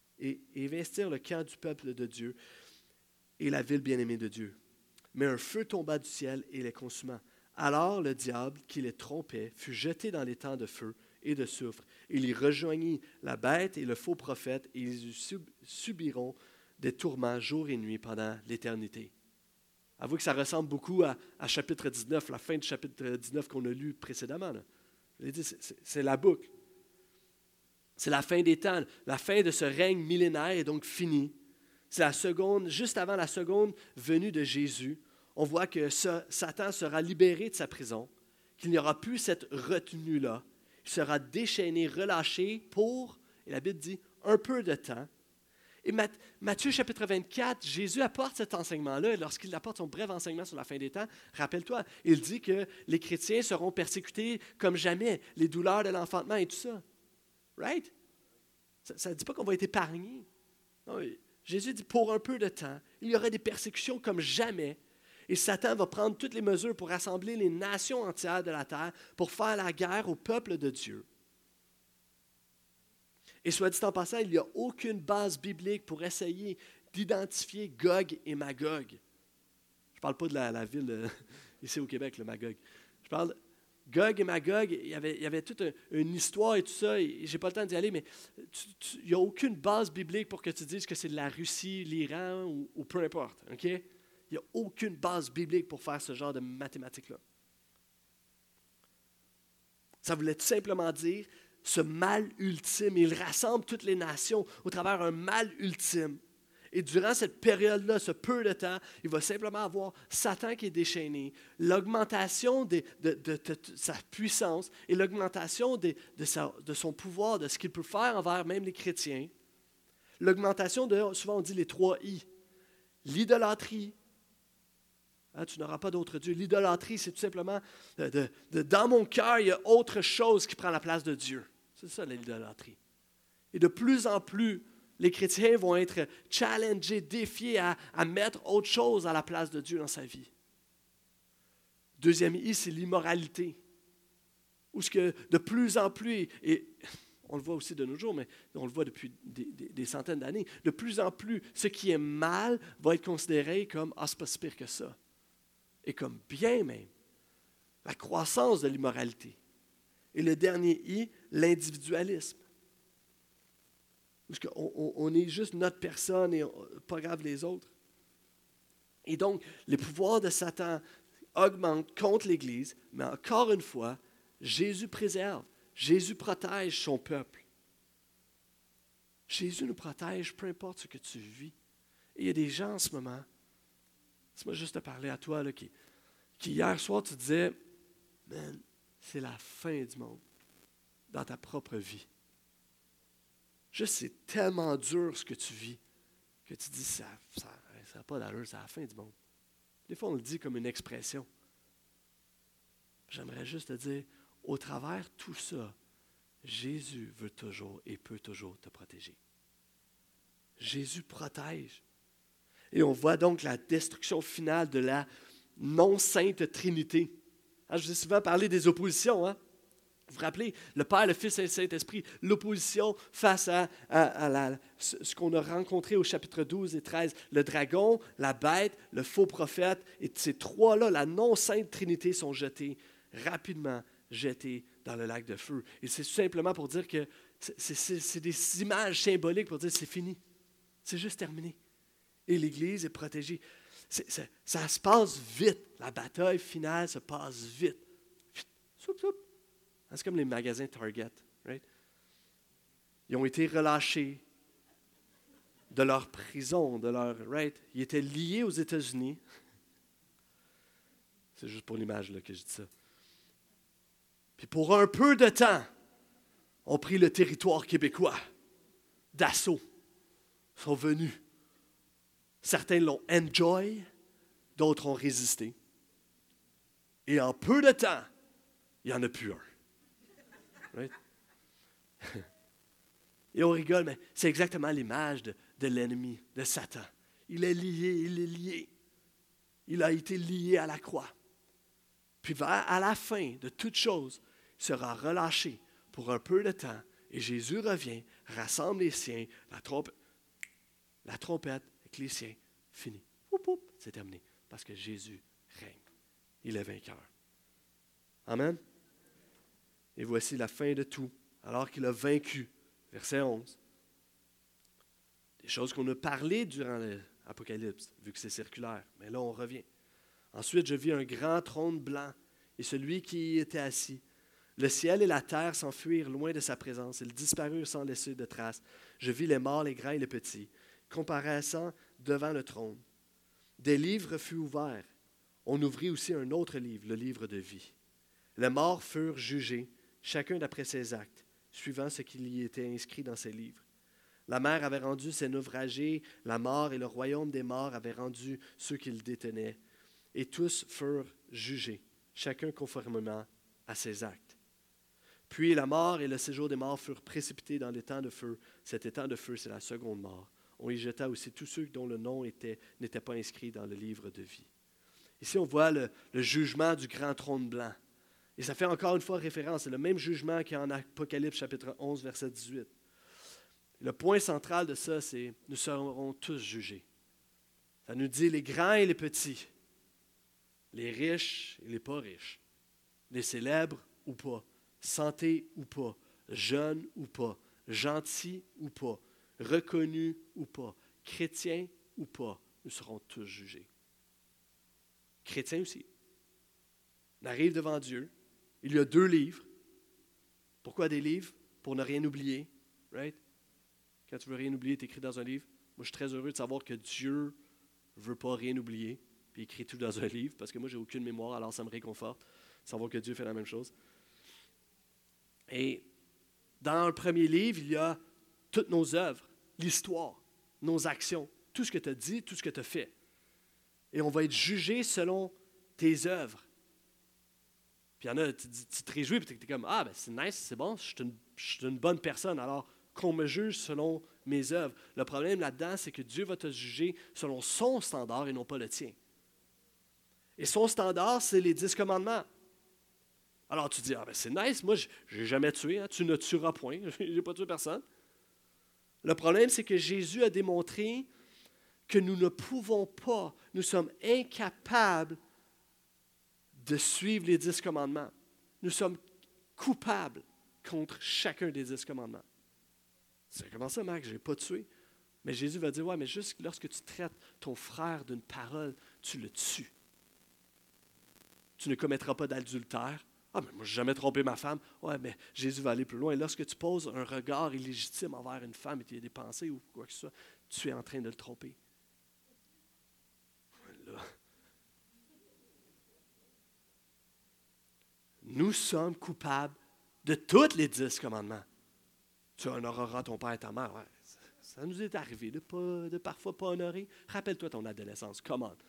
du peuple de Dieu et la ville bien-aimée de Dieu. Mais un feu tomba du ciel et les consuma. Alors le diable qui les trompait fut jeté dans les temps de feu et de soufre. Il y rejoignit la bête et le faux prophète et ils subiront des tourments jour et nuit pendant l'éternité. Avouez que ça ressemble beaucoup à chapitre 19, la fin du chapitre 19 qu'on a lu précédemment. Là. Je l'ai dit, c'est la boucle. C'est la fin des temps. La fin de ce règne millénaire est donc finie. C'est la seconde, juste avant la seconde venue de Jésus. On voit que Satan sera libéré de sa prison, qu'il n'y aura plus cette retenue-là. Il sera déchaîné, relâché pour, et la Bible dit, un peu de temps. Et Matthieu chapitre 24, Jésus apporte cet enseignement-là. Et lorsqu'il apporte son bref enseignement sur la fin des temps, rappelle-toi, il dit que les chrétiens seront persécutés comme jamais, les douleurs de l'enfantement et tout ça. Right? Ça ne dit pas qu'on va être épargné. Non, Jésus dit pour un peu de temps, il y aura des persécutions comme jamais. Et Satan va prendre toutes les mesures pour rassembler les nations entières de la terre pour faire la guerre au peuple de Dieu. Et soit dit en passant, il n'y a aucune base biblique pour essayer d'identifier Gog et Magog. Je ne parle pas de la ville ici au Québec, le Magog. Je parle de Gog et Magog, il y avait toute une histoire et tout ça, et je n'ai pas le temps d'y aller, mais il n'y a aucune base biblique pour que tu dises que c'est de la Russie, l'Iran ou peu importe. Okay? Il n'y a aucune base biblique pour faire ce genre de mathématiques-là. Ça voulait tout simplement dire ce mal ultime. Il rassemble toutes les nations au travers d'un mal ultime. Et durant cette période-là, ce peu de temps, il va simplement avoir Satan qui est déchaîné, l'augmentation de sa puissance et l'augmentation de son pouvoir, de ce qu'il peut faire envers même les chrétiens. L'augmentation de, souvent on dit les 3 I. L'idolâtrie. Tu n'auras pas d'autre Dieu. L'idolâtrie, c'est tout simplement dans mon cœur, il y a autre chose qui prend la place de Dieu. C'est ça l'idolâtrie. Et de plus en plus, les chrétiens vont être challengés, défiés à mettre autre chose à la place de Dieu dans sa vie. Deuxième I, c'est l'immoralité. Où ce que de plus en plus, et on le voit aussi de nos jours, mais on le voit depuis des centaines d'années, de plus en plus, ce qui est mal va être considéré comme « ah, c'est pas si pire que ça ». Et comme bien même. La croissance de l'immoralité. Et le dernier I, l'individualisme. Parce qu'on est juste notre personne et pas grave les autres. Et donc, les pouvoirs de Satan augmentent contre l'Église, mais encore une fois, Jésus préserve, Jésus protège son peuple. Jésus nous protège, peu importe ce que tu vis. Et il y a des gens en ce moment, laisse-moi juste te parler à toi, là, qui hier soir, tu disais, man, c'est la fin du monde dans ta propre vie. Juste, c'est tellement dur ce que tu vis que tu dis, ça n'a pas d'allure, c'est la fin du monde. Des fois, on le dit comme une expression. J'aimerais juste te dire, au travers de tout ça, Jésus veut toujours et peut toujours te protéger. Jésus protège. Et on voit donc la destruction finale de la non-sainte Trinité. Je vous ai souvent parlé des oppositions. Vous vous rappelez, le Père, le Fils et le Saint-Esprit, l'opposition face à ce qu'on a rencontré au chapitre 12 et 13. Le dragon, la bête, le faux prophète, et ces trois-là, la non-sainte Trinité, sont rapidement jetés dans le lac de feu. Et c'est tout simplement pour dire que c'est des images symboliques pour dire c'est fini. C'est juste terminé. Et l'Église est protégée. Ça se passe vite. La bataille finale se passe vite. Soup, soup. C'est comme les magasins Target. Right? Ils ont été relâchés de leur prison, de leur... Right? Ils étaient liés aux États-Unis. C'est juste pour l'image là, que je dis ça. Puis pour un peu de temps, on pris le territoire québécois d'assaut. Ils sont venus. Certains l'ont enjoy, d'autres ont résisté. Et en peu de temps, il n'y en a plus un. Right? Et on rigole, mais c'est exactement l'image de l'ennemi, de Satan. Il est lié. Il a été lié à la croix. Puis à la fin de toute chose, il sera relâché pour un peu de temps. Et Jésus revient, rassemble les siens, la trompette avec les siens, fini. C'est terminé. Parce que Jésus règne. Il est vainqueur. Amen. Et voici la fin de tout, alors qu'il a vaincu. Verset 11. Des choses qu'on a parlé durant l'Apocalypse, vu que c'est circulaire. Mais là, on revient. Ensuite, je vis un grand trône blanc et celui qui y était assis. Le ciel et la terre s'enfuirent loin de sa présence. Ils disparurent sans laisser de traces. Je vis les morts, les grands et les petits, comparaissant devant le trône. Des livres furent ouverts. On ouvrit aussi un autre livre, le livre de vie. Les morts furent jugés, chacun d'après ses actes, suivant ce qui y était inscrit dans ses livres. La mer avait rendu ses naufragés, la mort et le royaume des morts avaient rendu ceux qui le détenaient. Et tous furent jugés, chacun conformément à ses actes. Puis la mort et le séjour des morts furent précipités dans l'étang de feu. Cet étang de feu, c'est la seconde mort. On y jeta aussi tous ceux dont le nom n'était pas inscrit dans le livre de vie. Ici, on voit le jugement du grand trône blanc. Et ça fait encore une fois référence, c'est le même jugement qu'il y a en Apocalypse chapitre 11, verset 18. Le point central de ça, c'est nous serons tous jugés. Ça nous dit les grands et les petits, les riches et les pas riches, les célèbres ou pas, santé ou pas, jeunes ou pas, gentils ou pas, reconnus ou pas, chrétiens ou pas, nous serons tous jugés. Chrétiens aussi. On arrive devant Dieu. Il y a 2 livres. Pourquoi des livres? Pour ne rien oublier. Right? Quand tu veux rien oublier, tu écris dans un livre. Moi, je suis très heureux de savoir que Dieu ne veut pas rien oublier, puis il écrit tout dans un livre, parce que moi, je n'ai aucune mémoire, alors ça me réconforte de savoir que Dieu fait la même chose. Et dans le premier livre, il y a toutes nos œuvres, l'histoire, nos actions, tout ce que tu as dit, tout ce que tu as fait. Et on va être jugé selon tes œuvres. Puis il y en a, tu te réjouis, puis tu es comme, ah, ben c'est nice, c'est bon, je suis une bonne personne, alors qu'on me juge selon mes œuvres. Le problème là-dedans, c'est que Dieu va te juger selon son standard et non pas le tien. Et son standard, c'est les 10 commandements. Alors tu dis, ah ben c'est nice, moi je n'ai jamais tué, hein, tu ne tueras point, je n'ai pas tué personne. Le problème, c'est que Jésus a démontré que nous ne pouvons pas, nous sommes incapables de suivre les 10 commandements. Nous sommes coupables contre chacun des 10 commandements. C'est comment ça, Marc? Je n'ai pas tué. Mais Jésus va dire, ouais, mais juste lorsque tu traites ton frère d'une parole, tu le tues. Tu ne commettras pas d'adultère. Ah, mais moi, je n'ai jamais trompé ma femme. Ouais, mais Jésus va aller plus loin. Lorsque tu poses un regard illégitime envers une femme et tu y as des pensées ou quoi que ce soit, tu es en train de le tromper. Là. Nous sommes coupables de tous les 10 commandements. Tu honoreras ton père et ta mère. Ouais, ça nous est arrivé de parfois pas honorer. Rappelle-toi ton adolescence. Come on.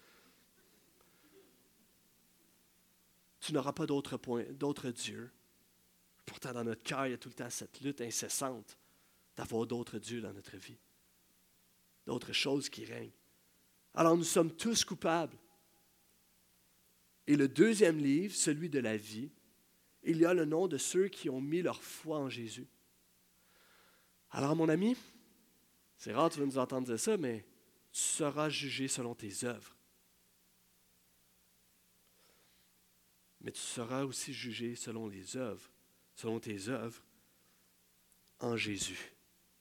Tu n'auras pas d'autres dieux. Pourtant, dans notre cœur, il y a tout le temps cette lutte incessante d'avoir d'autres dieux dans notre vie. D'autres choses qui règnent. Alors, nous sommes tous coupables. Et le deuxième livre, celui de la vie, il y a le nom de ceux qui ont mis leur foi en Jésus. Alors, mon ami, c'est rare, tu vas nous entendre dire ça, mais tu seras jugé selon tes œuvres. Mais tu seras aussi jugé selon tes œuvres, en Jésus.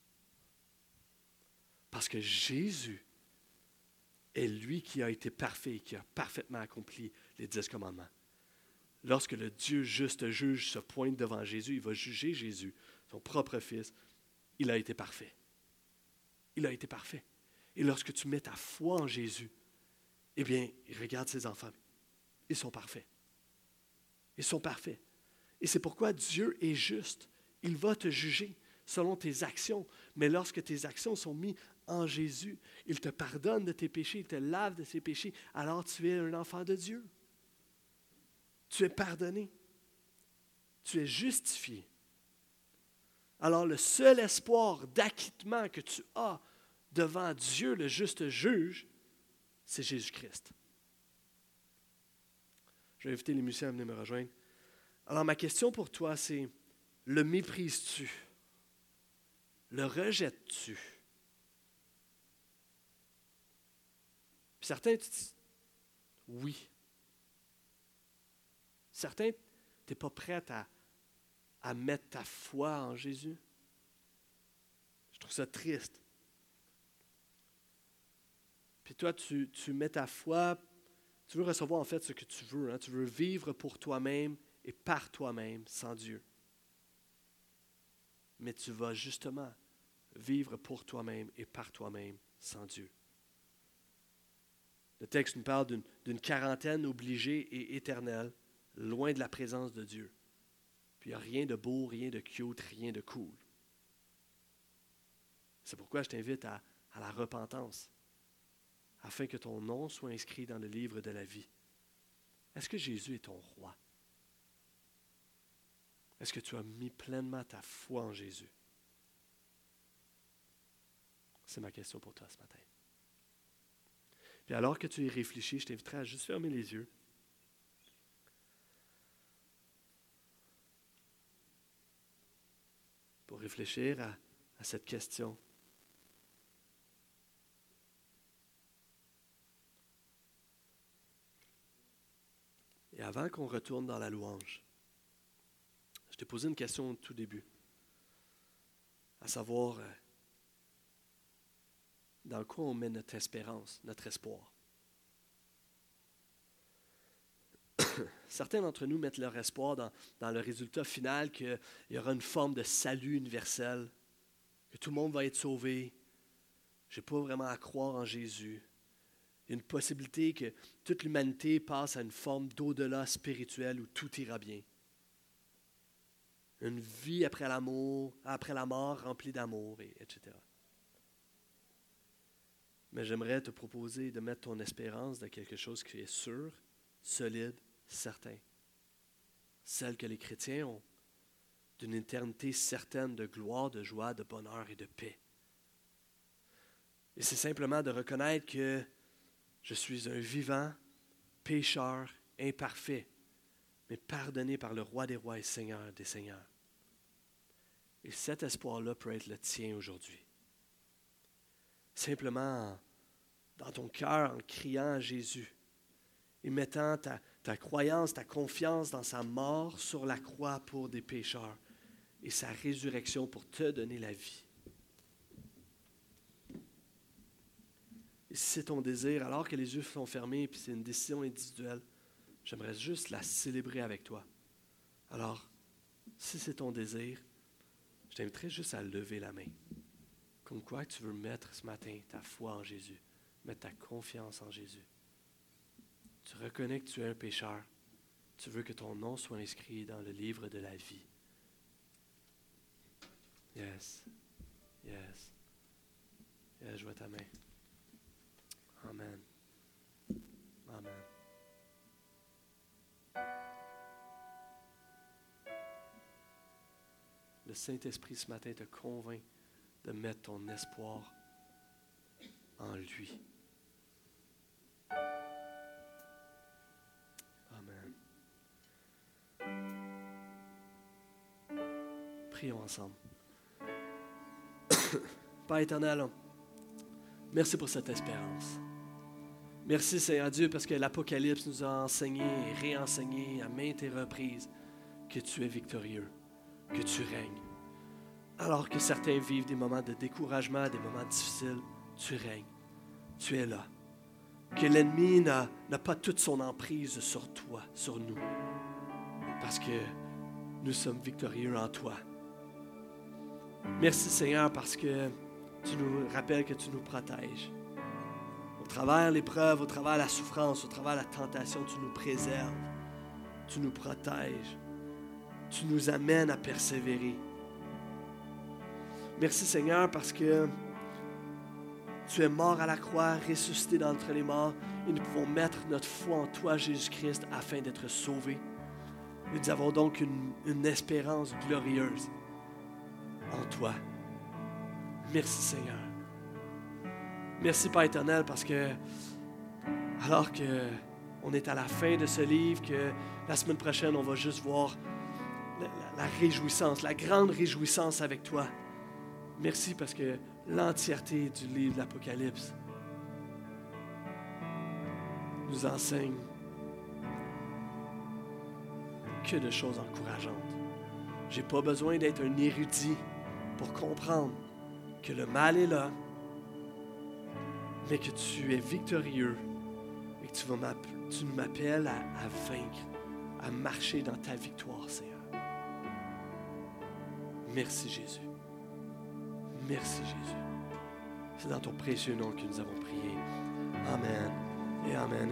Parce que Jésus est lui qui a été parfait, qui a parfaitement accompli les 10 commandements. Lorsque le Dieu juste juge se pointe devant Jésus, il va juger Jésus, son propre fils. Il a été parfait. Il a été parfait. Et lorsque tu mets ta foi en Jésus, eh bien, regarde ses enfants. Ils sont parfaits. Ils sont parfaits. Et c'est pourquoi Dieu est juste. Il va te juger selon tes actions. Mais lorsque tes actions sont mises en Jésus, il te pardonne de tes péchés, il te lave de tes péchés. Alors tu es un enfant de Dieu. Tu es pardonné. Tu es justifié. Alors le seul espoir d'acquittement que tu as devant Dieu, le juste juge, c'est Jésus-Christ. Je vais inviter les musiciens à venir me rejoindre. Alors ma question pour toi, c'est, le méprises-tu? Le rejettes-tu? Puis certains, tu dis, oui. Certains, tu n'es pas prêt à mettre ta foi en Jésus. Je trouve ça triste. Puis toi, tu mets ta foi, tu veux recevoir en fait ce que tu veux. Hein? Tu veux vivre pour toi-même et par toi-même sans Dieu. Mais tu vas justement vivre pour toi-même et par toi-même sans Dieu. Le texte nous parle d'une quarantaine obligée et éternelle, loin de la présence de Dieu. Puis il n'y a rien de beau, rien de cute, rien de cool. C'est pourquoi je t'invite à la repentance, afin que ton nom soit inscrit dans le livre de la vie. Est-ce que Jésus est ton roi? Est-ce que tu as mis pleinement ta foi en Jésus? C'est ma question pour toi ce matin. Puis alors que tu y réfléchis, je t'inviterai à juste fermer les yeux. Pour réfléchir à cette question. Et avant qu'on retourne dans la louange, je t'ai posé une question au tout début, à savoir dans quoi on met notre espérance, notre espoir. Certains d'entre nous mettent leur espoir dans le résultat final qu'il y aura une forme de salut universel, que tout le monde va être sauvé. Je n'ai pas vraiment à croire en Jésus. Il y a une possibilité que toute l'humanité passe à une forme d'au-delà spirituel où tout ira bien. Une vie après l'amour, après la mort remplie d'amour, etc. Mais j'aimerais te proposer de mettre ton espérance dans quelque chose qui est sûr, solide, certain. Celle que les chrétiens ont, d'une éternité certaine de gloire, de joie, de bonheur et de paix. Et c'est simplement de reconnaître que je suis un vivant, pécheur, imparfait, mais pardonné par le Roi des rois et Seigneur des seigneurs. Et cet espoir-là peut être le tien aujourd'hui. Simplement dans ton cœur, en criant à Jésus et mettant ta croyance, ta confiance dans sa mort sur la croix pour des pécheurs et sa résurrection pour te donner la vie. Et si c'est ton désir, alors que les yeux sont fermés et puis c'est une décision individuelle, j'aimerais juste la célébrer avec toi. Alors, si c'est ton désir, je t'inviterai juste à lever la main. Comme quoi tu veux mettre ce matin ta foi en Jésus, mettre ta confiance en Jésus. Tu reconnais que tu es un pécheur. Tu veux que ton nom soit inscrit dans le livre de la vie. Yes. Yes. Yes, je vois ta main. Amen. Amen. Le Saint-Esprit ce matin te convainc de mettre ton espoir en lui. Amen. Prions ensemble. Père éternel, merci pour cette espérance. Merci Seigneur Dieu parce que l'Apocalypse nous a enseigné et réenseigné à maintes reprises que tu es victorieux, que tu règnes. Alors que certains vivent des moments de découragement, des moments difficiles, tu règnes. Tu es là. Que l'ennemi n'a pas toute son emprise sur toi, sur nous. Parce que nous sommes victorieux en toi. Merci Seigneur parce que tu nous rappelles que tu nous protèges. Au travers l'épreuve, au travers la souffrance, au travers la tentation, tu nous préserves. Tu nous protèges. Tu nous amènes à persévérer. Merci Seigneur parce que tu es mort à la croix, ressuscité d'entre les morts et nous pouvons mettre notre foi en toi, Jésus-Christ, afin d'être sauvés. Et nous avons donc une espérance glorieuse en toi. Merci Seigneur. Merci Père éternel parce que alors qu'on est à la fin de ce livre, que la semaine prochaine on va juste voir la réjouissance, la grande réjouissance avec toi. Merci parce que l'entièreté du livre de l'Apocalypse nous enseigne que de choses encourageantes. Je n'ai pas besoin d'être un érudit pour comprendre que le mal est là, mais que tu es victorieux et que tu m'appelles à vaincre, à marcher dans ta victoire, Seigneur. Merci Jésus. Merci Jésus. C'est dans ton précieux nom que nous avons prié. Amen et amen.